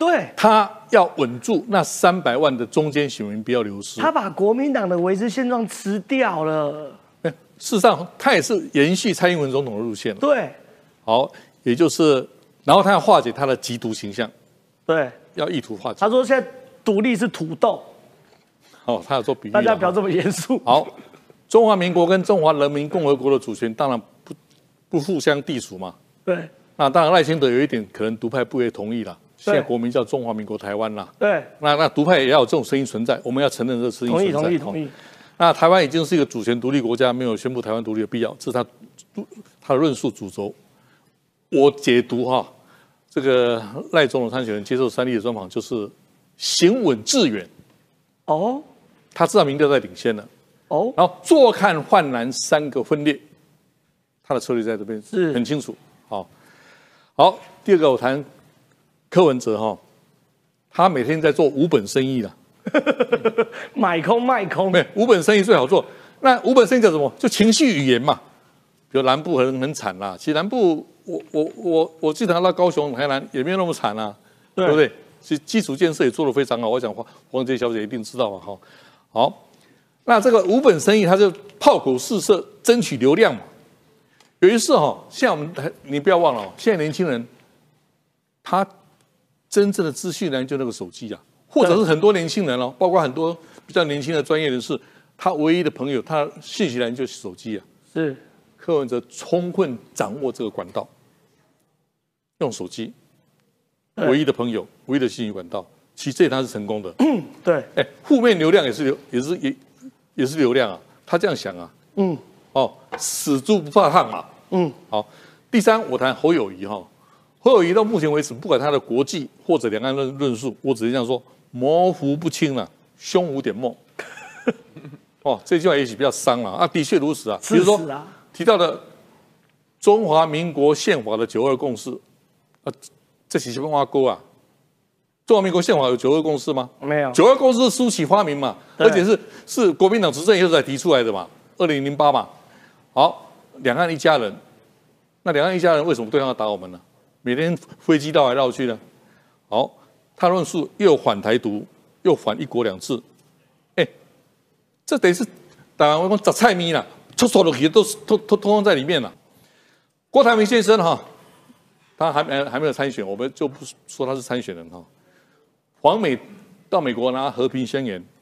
对， 他要稳住那300万的中间选民不要流失。 他把国民党的维持现状吃掉了。 事实上，他也是延续蔡英文总统的路线了。 对， 好，也就是，然后他要化解他的极独形象。 对， 要意图化解。 他说现在独立是土豆。 哦，他有做比喻。 大家不要这么严肃。 好，中华民国跟中华人民共和国的主权当然不互相隶属嘛。 对。 那当然赖清德有一点可能独派不会同意啦。现在国名叫中华民国台湾啦。 对。 那独派也要有这种声音存在，我们要承认这个声音存在。 同意。 那台湾已经是一个主权独立国家，没有宣布台湾独立的必要，这是他的论述主轴。我解读这个赖总统参选人接受3立的专访，就是行稳致远。 哦。 他知道民调在领先了。 哦。 然后坐看换蓝3个分裂，他的策略在这边是很清楚。好，第二个我谈柯文哲他每天在做无本生意了。 买空卖空， 对，无本生意最好做。那无本生意叫什么？就情绪语言嘛。比如南部很惨啦，其实南部我记得到高雄、台南也没有那么惨啦，对不对？其实基础建设也做得非常好。我想黄捷小姐一定知道嘛，好，那这个无本生意，他就炮口试射，争取流量嘛。有一次现在我们你不要忘了现在年轻人他真正的资讯来就那个手机啊。或者是很多年轻人包括很多比较年轻的专业人士，他唯一的朋友，他信息来源就是手机啊。 是， 柯文哲充分掌握这个管道，用手机，唯一的朋友，唯一的信息管道，其实这他是成功的。 对， 负面流量也是流量啊，他这样想啊。死猪不怕烫嘛。好，第三我谈侯友宜侯友宜到目前为止，不管他的国际或者两岸论述，我只是这样说。模糊不清了，胸无点墨。这句话也许比较伤了的确如此啊。比如说提到的中华民国宪法的9·2共识，这是什么挖沟啊？中华民国宪法有9·2共识吗？ 没有。 9·2共识是苏起发明嘛，而且是国民党执政以后才提出来的嘛，2008嘛。好，两岸一家人，那两岸一家人为什么对方要打我们呢？每天飞机绕来绕去呢？好。他论述又反台独，又反1国2制，这等于是台湾我讲杂菜咪啦，出手的都通通在里面了。郭台铭先生他还没有参选，我们就不说他是参选人访美到美国拿和平宣言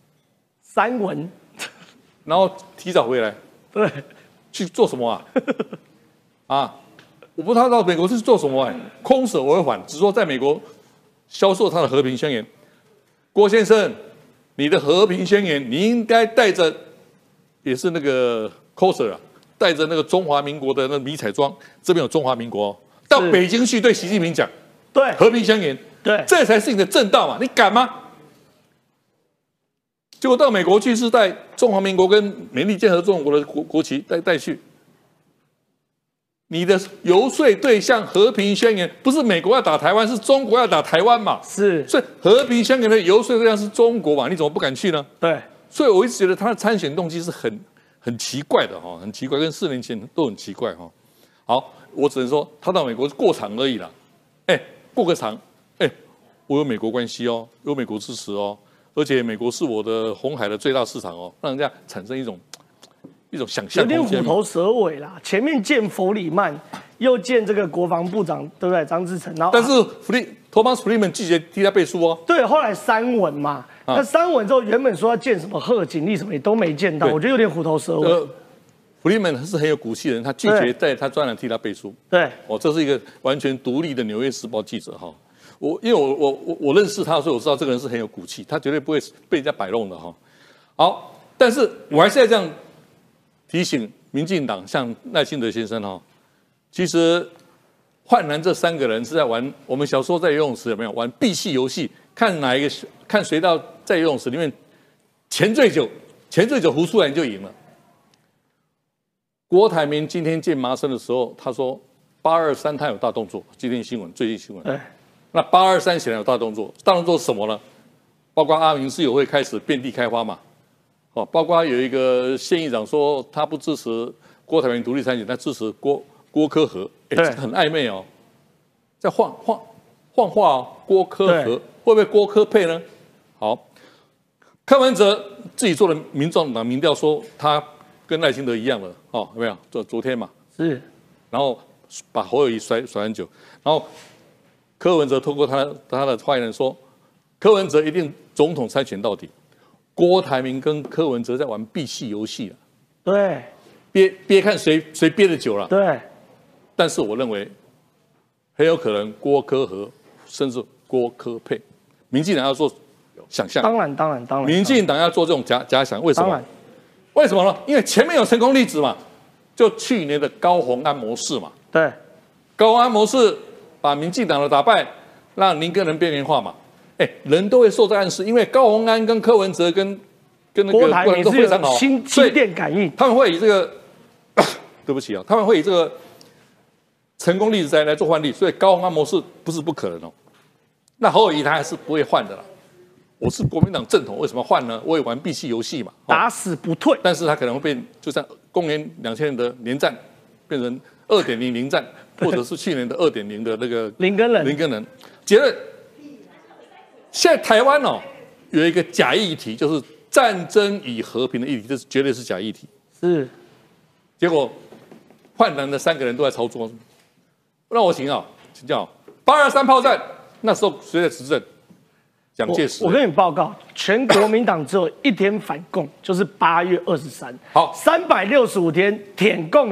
3文， 然后提早回来， 对， 去做什么我不知道他到美国是做什么空手而返，只说在美国。销售他的和平宣言，郭先生，你的和平宣言，你应该带着，也是那个 coser 带着那个中华民国的那迷彩装，这边有中华民国到北京去对习近平讲， 对和平宣言， 对， 这才是你的正道嘛，你敢吗？结果到美国去是带中华民国跟美利坚合众国的国旗带去。你的游说对象和平宣言不是美国要打台湾，是中国要打台湾嘛？ 是， 所以和平宣言的游说对象是中国嘛？你怎么不敢去呢？ 对， 所以我一直觉得他的参选动机是很奇怪的很奇怪，跟4年前都很奇怪好，我只能说他到美国是过场而已啦。过个场，我有美国关系有美国支持而且美国是我的红海的最大市场让人家产生一种想象空间， 有点虎头蛇尾啦。前面见弗里曼，又见这个国防部长，对不对？张志成，然后但是Thomas Friedman拒绝替他背书对，后来3文嘛，那3文之后，原本说要见什么贺锦丽什么也都没见到，我觉得有点虎头蛇尾。 Friedman 是很有骨气的人，他拒绝在他专栏替他背书。 对， 这是一个完全独立的《纽约时报》记者因为我认识他，所以我知道这个人是很有骨气，他绝对不会被人家摆弄的好，但是我还是要这样提醒民进党，像赖清德先生其实焕然这3个人是在玩我们小时候在游泳池有没有玩闭气游戏，看谁到在游泳池里面潜最久浮出来你就赢了。郭台铭今天见麻生的时候，他说823他有大动作，最近新闻。那823显然有大动作，大动作是什么呢？包括阿明市友会开始遍地开花嘛，包括有一个县议长说他不支持郭台铭独立参选，他支持郭柯和，这很暧昧在画幻化郭柯和，会不会郭柯配呢？好，柯文哲自己做的民众党民调说他跟赖清德一样了，哦，有没有？昨天嘛， 是， 然后把侯友宜甩很久，然后柯文哲透过他的发言人说，柯文哲一定总统参选到底。郭台铭跟柯文哲在玩闭戏游戏了， 对， 憋看谁憋得久了， 对。 但是我认为很有可能郭柯和，甚至郭柯配，民进党要做想象， 当然， 民进党要做这种假想，为什么？ 当然， 为什么呢？因为前面有成功例子嘛，就去年的高虹安模式嘛， 对， 高虹安模式把民进党的打败，让林耕仁边缘化嘛。人都会受这暗示，因为高虹安跟柯文哲跟那个郭台铭都非常好， 心电感应， 他们会以这个对不起啊，他们会以这个成功例子来做换例，所以高虹安模式不是不可能哦。那侯友宜他还是不会换的啦。我是国民党正统，为什么换呢？我也玩闭戏游戏嘛， 打死不退。 但是他可能会变，就像公元2000年的连战变成2.0零战，或者是去年的2.0的那个林耕仁。 结论。现在台湾有一个假议题，就是战争与和平的议题，这绝对是假议题。 是， 结果换蓝的3个人都在操作。让我请教823炮战那时候谁在执政？蒋介石。 我跟你报告，全国民党只有1天反共，就是8月23。 好 ，365天舔共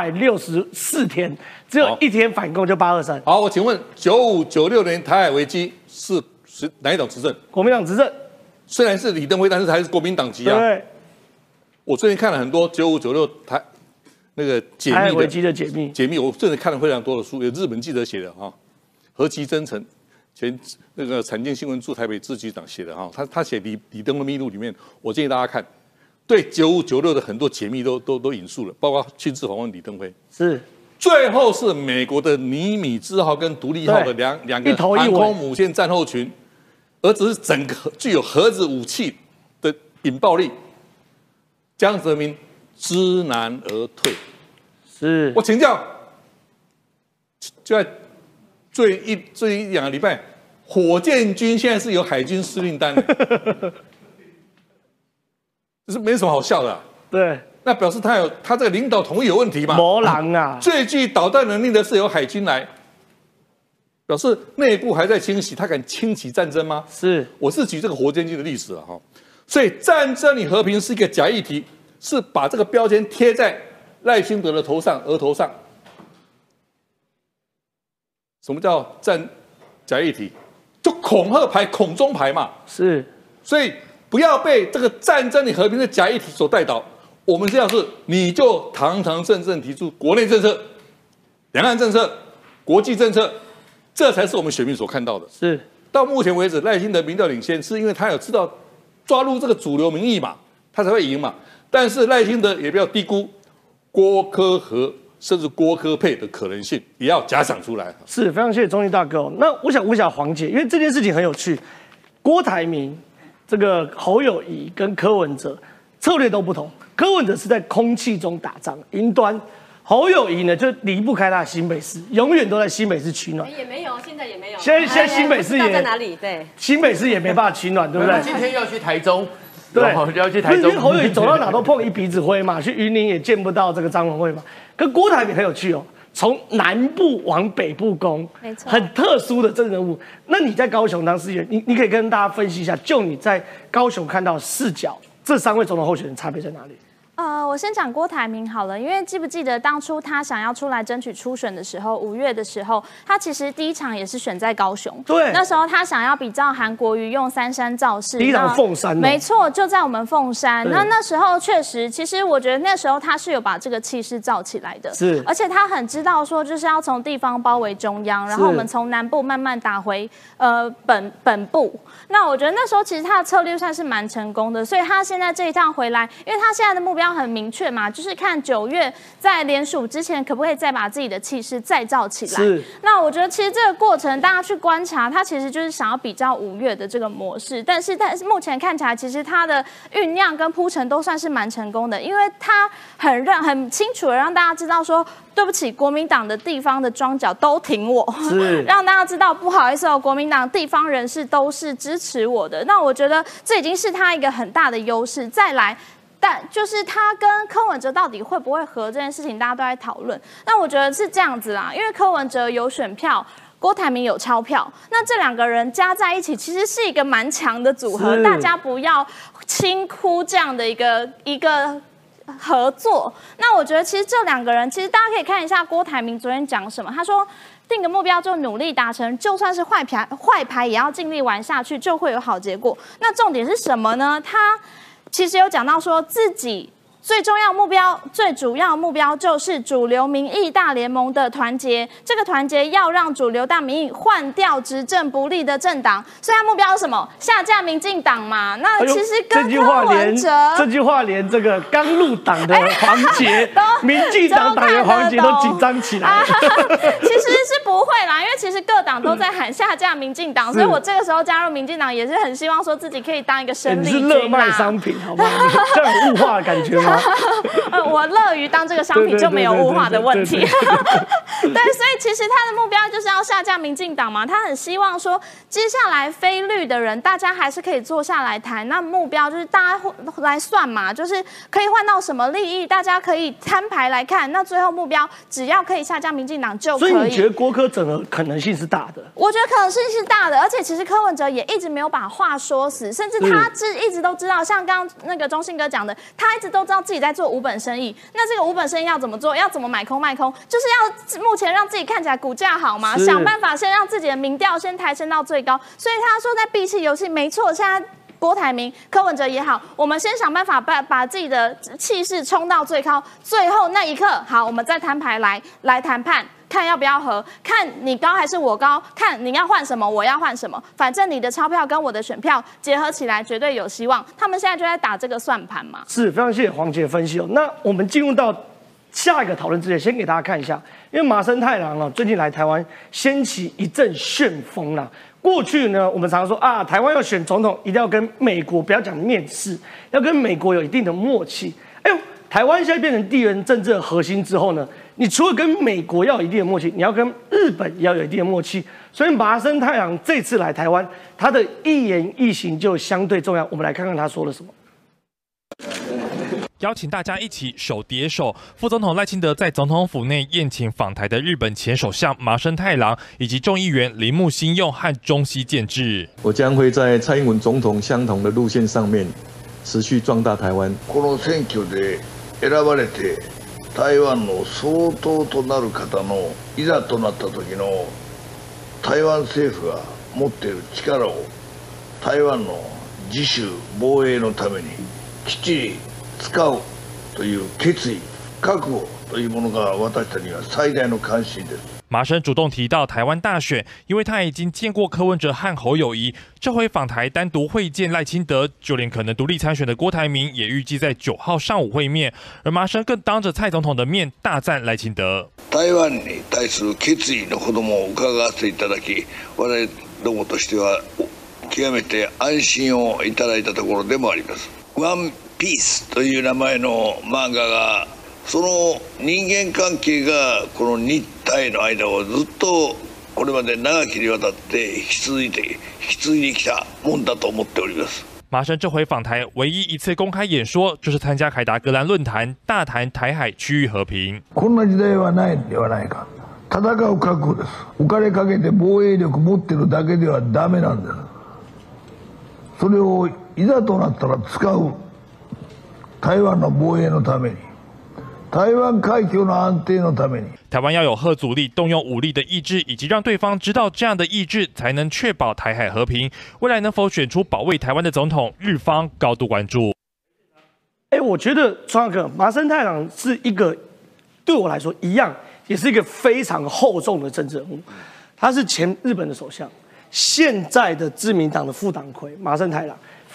364天，只有1天反共就8月23。 好，我请问95、96年台海危机是哪一党执政？ 国民党执政， 虽然是李登辉，但是还是国民党籍啊。 对。 我最近看了很多95、96台那个解密台海危机的解密， 我真的看了非常多的书，有日本记者写的何其真诚，前那个产经新闻驻台北支局长写的他写李登辉密录里面，我建议大家看，对95、96的很多解密都引述了，包括亲自访问李登辉。 是。 最后是美国的尼米兹号跟独立号的两个航空母舰战后群，而只是整个具有核子武器的引爆力，江泽民知难而退。 是， 我请教，就在最一2个礼拜，火箭军现在是有海军司令单的，这是没什么好笑的对。 那表示他这个领导统一有问题嘛？ 没人啊！ 最具导弹能力的是由海军来，表示内部还在清洗，他敢轻启战争吗？ 是， 我是举这个火箭军的历史了所以战争与和平是一个假议题，是把这个标签贴在赖清德的额头上。什么叫假议题？就恐吓牌、恐中牌嘛。 是， 所以不要被这个战争与和平的假议题所带倒。我们这样是，你就堂堂正正提出国内政策、两岸政策、国际政策，这才是我们选民所看到的。 是， 到目前为止，赖清德民调领先，是因为他有知道抓入这个主流民意嘛，他才会赢嘛。但是赖清德也不要低估郭柯和甚至郭柯配的可能性，也要假想出来。 是，非常谢谢中立大哥。那我想问一下黄姐，因为这件事情很有趣，郭台铭、这个侯友宜跟柯文哲策略都不同。柯文哲是在空气中打仗，云端；侯友宜呢就离不开他的新北市，永远都在新北市取暖。 也没有，现在也没有。 现在新北市也在哪里？对， 新北市也没办法取暖，对不对？ 今天要去台中， 对， 要去台中。 因为侯友宜走到哪都碰一鼻子灰嘛，去云林也见不到这个张文慧嘛。可郭台铭很有趣哦，从南部往北部攻， 没错， 很特殊的政人物。那你在高雄当市议员，你可以跟大家分析一下，就你在高雄看到视角，这3位总统候选人差别在哪里？ 我先讲郭台铭好了，因为记不记得当初他想要出来争取初选的时候，5月的时候，他其实第一场也是选在高雄。 对， 那时候他想要比照韩国瑜用3山造势， 第一场凤山， 没错，就在我们凤山。那时候确实，其实我觉得那时候他是有把这个气势造起来的， 是， 而且他很知道说就是要从地方包围中央，然后我们从南部慢慢打回本部。那我觉得那时候其实他的策略算是蛮成功的，所以他现在这一趟回来，因为他现在的目标标很明确嘛，就是看9月在联署之前可不可以再把自己的气势再造起来。是。那我觉得其实这个过程大家去观察，它其实就是想要比较5月的这个模式，但是目前看起来，其实它的酝酿跟铺陈都算是蛮成功的，因为它很清楚的让大家知道说，对不起，国民党的地方的庄脚都挺我，让大家知道不好意思哦，国民党地方人士都是支持我的。那我觉得这已经是他一个很大的优势。再来，但就是他跟柯文哲到底会不会合这件事情，大家都在讨论。那我觉得是这样子啦，因为柯文哲有选票，郭台铭有钞票，那这2个人加在一起，其实是一个蛮强的组合。大家不要轻忽这样的一个合作。那我觉得其实这2个人，其实大家可以看一下郭台铭昨天讲什么。他说定个目标就努力达成，就算是坏牌也要尽力玩下去，就会有好结果。那重点是什么呢？他其实有讲到说自己最重要目标、最主要目标就是主流民意大联盟的团结。这个团结要让主流大民意换掉执政不利的政党，所以他目标是什么？下架民进党嘛。那其实跟柯文哲这句话连这个刚入党的黄捷、民进党党员黄捷都紧张起来。 其实是不会啦，因为其实各党都在喊下架民进党，所以我这个时候加入民进党也是很希望说自己可以当一个生力军。 你是热卖商品，好不好？这样有物化的感觉吗？ 我乐于当这个商品，就没有物化的问题。对，所以其实他的目标就是要下架民进党嘛。他很希望说，接下来非绿的人，大家还是可以坐下来谈。那目标就是大家来算嘛，就是可以换到什么利益，大家可以摊牌来看。那最后目标只要可以下架民进党就可以。 所以你觉得郭柯整合可能性是大的？ 我觉得可能性是大的，而且其实柯文哲也一直没有把话说死，甚至他一直都知道，像刚刚那个中信哥讲的，他一直都知道自己在做无本生意。那这个无本生意要怎么做？要怎么买空卖空？就是要目前让自己看起来股价好嘛，想办法先让自己的民调先抬升到最高。所以他说在闭气游戏，没错，现在郭台铭、柯文哲也好，我们先想办法把自己的气势冲到最高，最后那一刻，好，我们再摊牌来谈判。看要不要合，看你高还是我高，看你要换什么，我要换什么，反正你的钞票跟我的选票结合起来，绝对有希望。他们现在就在打这个算盘嘛。 是，非常谢谢黄姐的分析哦。那我们进入到下一个讨论之前，先给大家看一下，因为麻生太郎啊，最近来台湾掀起一阵旋风啦。过去呢，我们常说啊，台湾要选总统，一定要跟美国不要讲面试，要跟美国有一定的默契。哎呦，台湾现在变成地缘政治的核心之后呢，你除了跟美国要有一定的默契，你要跟日本也要有一定的默契。所以麻生太郎这次来台湾，他的一言一行就相对重要。我们来看看他说了什么。 邀请大家一起手叠手。副总统赖清德在总统府内宴请访台的日本前首相麻生太郎以及众议员铃木欣用和中西健治。 我将会在蔡英文总统相同的路线上面持续壮大台湾。 この選挙で選ばれて台湾の総統となる方のいざとなった時の台湾政府が持っている力を台湾の自主防衛のためにきっちり使うという決意、覚悟というものが私たちには最大の関心です。 麻生主动提到台湾大选，因为他已经见过柯文哲和侯友宜，这回访台单独会见赖清德，就连可能独立参选的郭台铭也预计在9号上午会面。而麻生更当着蔡总统的面大赞赖清德。 台湾に対する決意のほども伺わせていただき、我々どもとしては極めて安心をいただいたところでもあります。ワンピースという名前の漫画がその人間関係がこの日台の間をずっとこれまで長きにわたって引き継いできたもんだと思っております。 麻生这回访台唯一一次公開演說，就是參加凱達格蘭論壇，大談台海區域和平。 こんな時代はないではないか。戦う覚悟です。お金かけて防衛力持ってるだけではダメなんです。それをいざとなったら使う。台湾の防衛のために。台湾海峡の安定のために， 台湾要有嚇阻力、动用武力的意志，以及让对方知道这样的意志，才能确保台海和平。未来能否选出保卫台湾的总统，日方高度关注。 我觉得川哥麻生太郎是一个对我来说一样，也是一个非常厚重的政治人物。他是前日本的首相，现在的自民党的副党魁麻生太郎。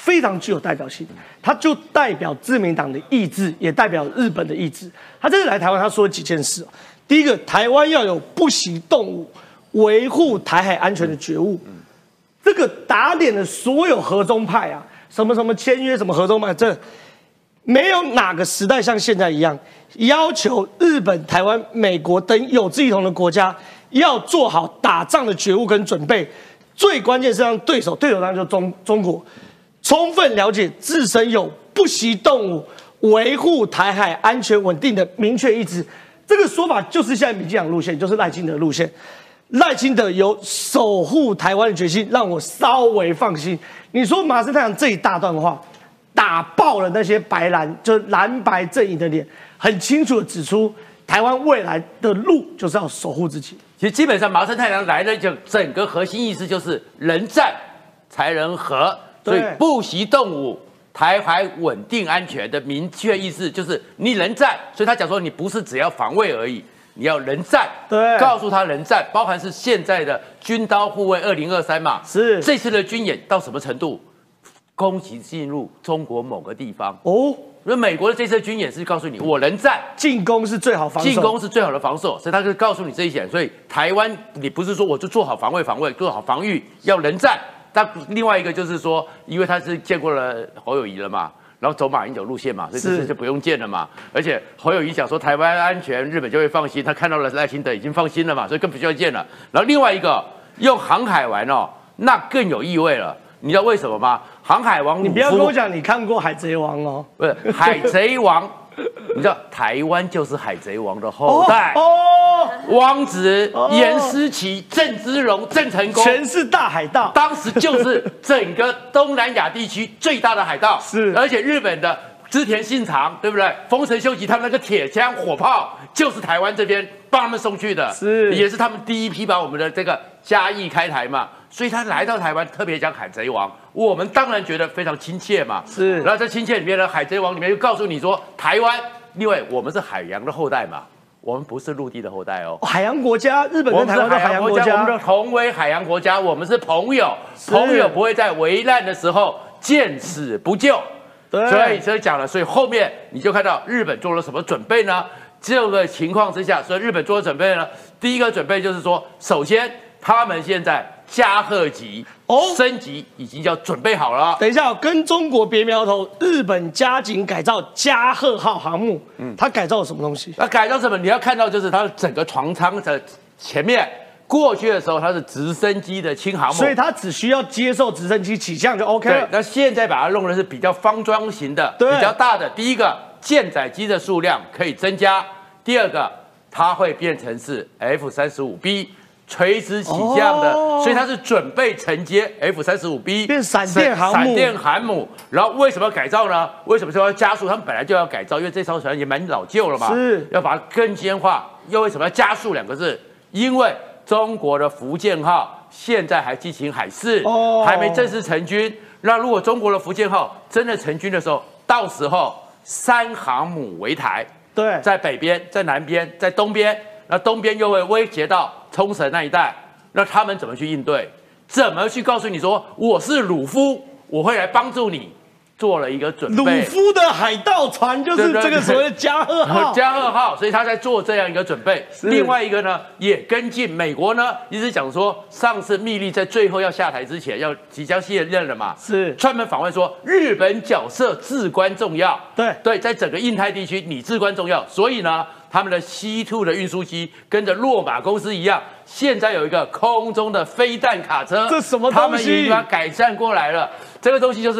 非常具有代表性，它就代表自民党的意志，也代表日本的意志。他这次来台湾，他说了几件事。第一个，台湾要有不惜动武维护台海安全的觉悟，这个打脸了所有和中派啊，什么签约，什么和中派，这没有哪个时代像现在一样，要求日本、台湾、美国等有志一同的国家要做好打仗的觉悟跟准备。最关键是让对手当然就中国，充分了解自身有不惜动武维护台海安全稳定的明确意志。这个说法就是现在民进党路线，就是赖清德路线。赖清德有守护台湾的决心，让我稍微放心。你说麻生太郎这一大段话，打爆了那些白蓝，就是蓝白阵营的脸，很清楚的指出，台湾未来的路就是要守护自己。 其实基本上麻生太郎来的整个核心意思就是人战才能和，所以不惜动武，台海稳定安全的明确意思就是你人战，所以他讲说你不是只要防卫而已。你要人战， 对， 告诉他人战，包含是现在的军刀护卫2023嘛， 是这次的军演到什么程度？攻击进入中国某个地方哦， 所以美国的这次军演是告诉你，我人战， 进攻是最好防守， 进攻是最好的防守，所以他就告诉你这一点。所以台湾，你不是说我就做好防卫，做好防御，要人战。但另外一个就是说，因为他是见过了侯友宜了嘛。然后走马英九路线嘛，所以这次就不用见了嘛。而且侯友宜讲说台湾安全，日本就会放心。他看到了赖清德已经放心了嘛，所以更不需要见了。然后另外一个用航海王哦，那更有意味了。你知道为什么吗？航海王， 你不要跟我讲你看过《海贼王》哦， 不是《海贼王》，你知道台湾就是海贼王的后代汪直、严思齐、郑芝龙、郑成功， 全是大海盗。 当时就是整个东南亚地区最大的海盗， 是， 而且日本的织田信长，对不对？丰臣秀吉他们那个铁枪火炮，就是台湾这边帮他们送去的， 是， 也是他们第一批把我们的这个嘉义开台嘛。所以他来到台湾，特别讲海贼王，我们当然觉得非常亲切嘛。 是， 然后在亲切里面呢，海贼王里面又告诉你说，台湾，因为我们是海洋的后代嘛。我们不是陆地的后代哦， 海洋国家，日本跟台湾是海洋国家， 我们的同为海洋国家，我们是朋友，朋友不会在危难的时候见死不救。对，所以讲了，所以后面你就看到日本做了什么准备呢？这个情况之下，所以日本做的准备呢，第一个准备就是说，首先他们现在加贺级升级已经要准备好了。 等一下，跟中国别苗头，日本加紧改造加贺号航母，它改造了什么东西？ 那改造什么？你要看到就是它的整个船舱的前面，过去的时候它是直升机的轻航母， 所以它只需要接受直升机起降就 OK 了。 对，那现在把它弄的是比较方装型的，比较大的。第一个，舰载机的数量可以增加；第二个，它会变成是 F-35B。垂直起降的，所以它是准备承接 F-35B 变闪电航母。然后为什么改造呢？为什么说要加速？他们本来就要改造，因为这艘船也蛮老旧了嘛， 是要把它更尖化。又为什么要加速2个字？因为中国的福建号现在还进行海试，还没正式成军。那如果中国的福建号真的成军的时候，到时候3航母围台， 对， 在北边、在南边、在东边。那东边又会威胁到冲绳那一带，那他们怎么去应对？怎么去告诉你说我是鲁夫，我会来帮助你？做了一个准备。 鲁夫的海盗船就是这个所谓的加贺号， 加贺号，所以他在做这样一个准备。另外一个呢，也跟进美国呢，一直讲说，上次密利在最后要下台之前，要即将卸任了嘛， 是专门访问说，日本角色至关重要。 对， 在整个印太地区，你至关重要。所以呢，他们的 C2 的运输机跟着洛马公司一样，现在有一个空中的飞弹卡车， 这什么东西？ 他们已经把它改善过来了。这个东西就是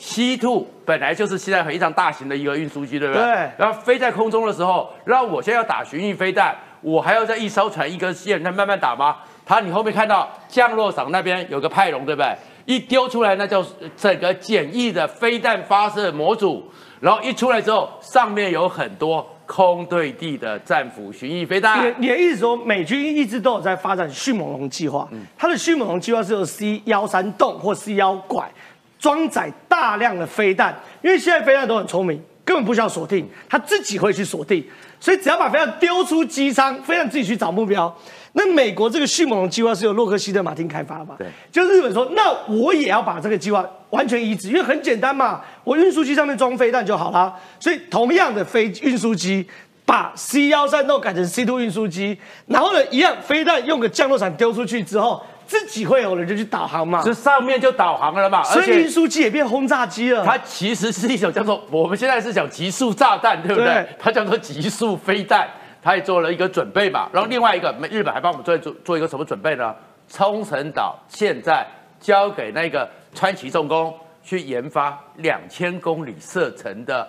C2，本来就是现在非常大型的一个运输机，对不对？ 对。 然后飞在空中的时候，让我现在要打巡弋飞弹，我还要在一艘船一根线那慢慢打吗？你后面看到降落伞那边有个派龙，对不对？一丢出来，那叫整个简易的飞弹发射模组，然后一出来之后，上面有很多空对地的战斧巡弋飞弹。 你的意思说，美军一直都有在发展迅猛龙计划，它的迅猛龙计划是由 C13洞或 C1拐装载大量的飞弹，因为现在飞弹都很聪明， 根本不需要锁定，他自己会去锁定。所以只要把飞弹丢出机舱，飞弹自己去找目标。那美国这个迅猛龙计划是由洛克希德马丁开发嘛？ 对， 就日本说，那我也要把这个计划完全移植，因为很简单嘛，我运输机上面装飞弹就好啦。所以同样的运输机，把 C-130改成 C-2运输机，然后呢，一样飞弹用个降落伞丢出去之后，自己会有人就去导航嘛， 这上面就导航了嘛， 所以运输机也变轰炸机了。 它其实是一种叫做我们现在是讲极速炸弹，对不对？它叫做极速飞弹。他也做了一个准备嘛，然后另外一个，日本还帮我们做一个什么准备呢？冲绳岛现在交给那个川崎重工去研发2000公里射程的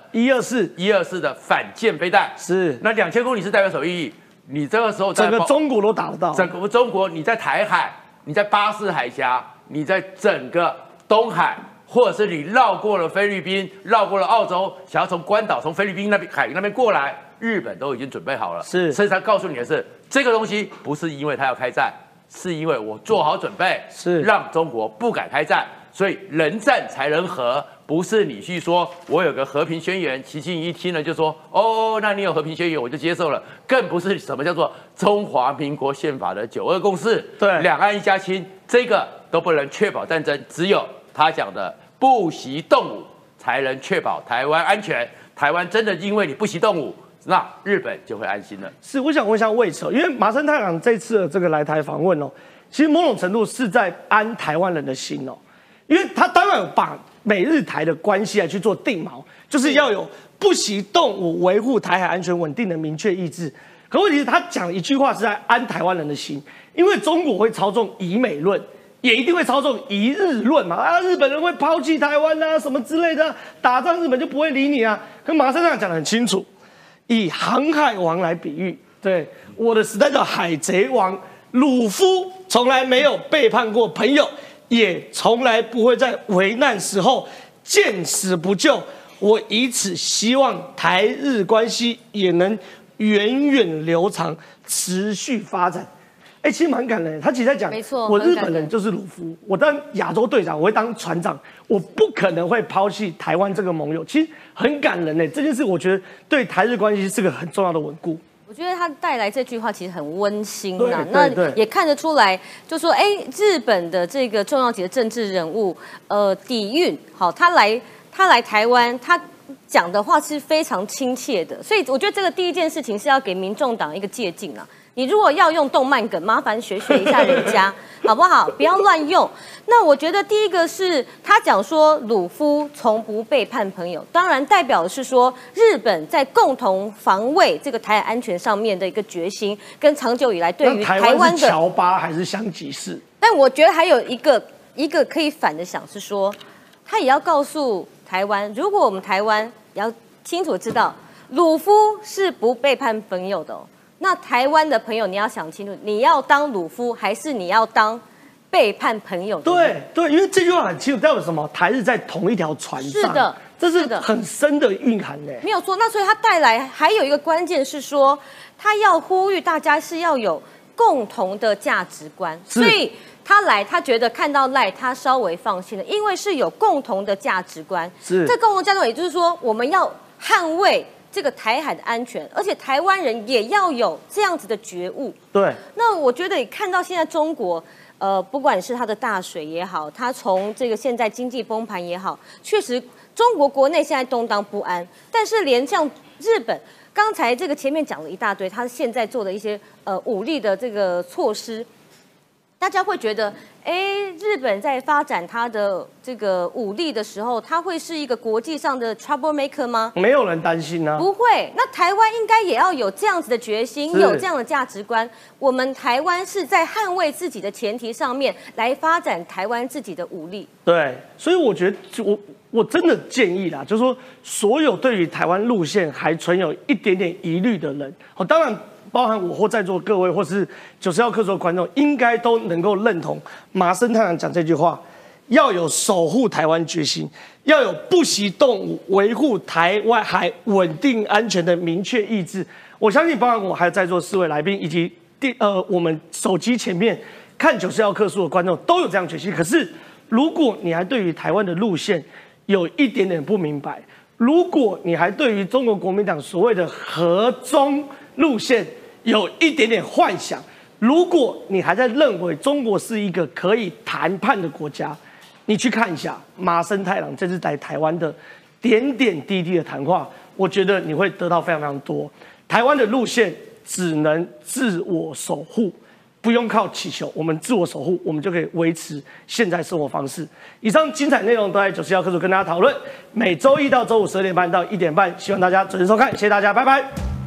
124的反舰飞弹。 是， 那2000公里是代表什么意义？你这个时候整个中国都打得到， 整个中国，你在台海，你在巴士海峡，你在整个东海。或者是你绕过了菲律宾，绕过了澳洲，想要从关岛、从菲律宾那边海那边过来，日本都已经准备好了。 是， 所以他告诉你的是，这个东西不是因为他要开战，是因为我做好准备， 是让中国不敢开战，所以能战才能和，不是你去说我有个和平宣言，习近平一听了就说哦，那你有和平宣言我就接受了，更不是什么叫做中华民国宪法的9·2共识， 对， 两岸一家亲，这个都不能确保战争，只有他讲的。不惜动武才能确保台湾安全。台湾真的因为你不惜动武，那日本就会安心了。 是，我想问一下魏扯，因为麻生太郎这次的这个来台访问哦，其实某种程度是在安台湾人的心哦，因为他当然把美日台的关系来去做定锚，就是要有不惜动武维护台海安全稳定的明确意志。可问题是，他讲一句话是在安台湾人的心，因为中国会操纵以美论。也一定会操纵一日论嘛，啊，日本人会抛弃台湾啊，什么之类的，打仗日本就不会理你啊。跟马生长讲得很清楚，以航海王来比喻，对，我的时代叫海贼王，鲁夫从来没有背叛过朋友，也从来不会在危难时候见死不救。我以此希望台日关系也能源远流长，持续发展。其实蛮感人。他其实在讲， 没错， 我日本人就是鲁夫，我当亚洲队长，我会当船长，我不可能会抛弃台湾这个盟友。其实很感人这件事我觉得对台日关系是个很重要的稳固。 我觉得他带来这句话其实很温馨啊， 那也看得出来，就说日本的这个重要级的政治人物，底蕴好，他来台湾，他讲的话是非常亲切的，所以我觉得这个第一件事情是要给民众党一个借鉴啊。你如果要用动漫梗，麻烦学一下人家，好不好？不要乱用。那我觉得第一个是他讲说鲁夫从不背叛朋友，当然代表的是说日本在共同防卫这个台海安全上面的一个决心，跟长久以来对于台湾的侨巴还是相即视。 但我觉得还有一个可以反的想是说，他也要告诉台湾，如果我们台湾也要清楚知道，鲁夫是不背叛朋友的哦。那台湾的朋友，你要想清楚，你要当鲁夫，还是你要当背叛朋友的？ 对，因为这句话很清楚，代表什么？台日在同一条船上。 是的， 这是很深的蕴含嘞。 没有错。那所以他带来还有一个关键是说，他要呼吁大家是要有共同的价值观。所以他觉得看到赖，他稍微放心了，因为是有共同的价值观。 是这共同价值观，也就是说，我们要捍卫这个台海的安全，而且台湾人也要有这样子的觉悟。 对， 那我觉得你看到现在中国，不管是它的大水也好，它从这个现在经济崩盘也好，确实中国国内现在动荡不安。但是连像日本，刚才这个前面讲了一大堆，他现在做的一些武力的这个措施，大家会觉得，日本在发展它的这个武力的时候，它会是一个国际上的 trouble maker 吗？ 没有人担心啊， 不会。那台湾应该也要有这样子的决心，有这样的价值观。我们台湾是在捍卫自己的前提上面来发展台湾自己的武力。 对，所以我觉得我真的建议啦，就是说所有对于台湾路线还存有一点点疑虑的人，当然。包含我或在座各位，或是90号客座的观众，应该都能够认同麻生太郎讲这句话：要有守护台湾决心，要有不惜动武维护台湾海稳定安全的明确意志。我相信，包含我还有在座4位来宾，以及我们手机前面看90号客座的观众，都有这样决心。可是，如果你还对于台湾的路线有一点点不明白， 如果你还对于中国国民党所谓的和中路线有一点点幻想，如果你还在认为中国是一个可以谈判的国家，你去看一下麻生太郎这次来台湾的点点滴滴的谈话，我觉得你会得到非常非常多。台湾的路线只能自我守护，不用靠祈求，我们自我守护，我们就可以维持现在生活方式。以上精彩内容都在90要客诉跟大家讨论，每周一到周五12点半到1点半，希望大家准时收看，谢谢大家，拜拜。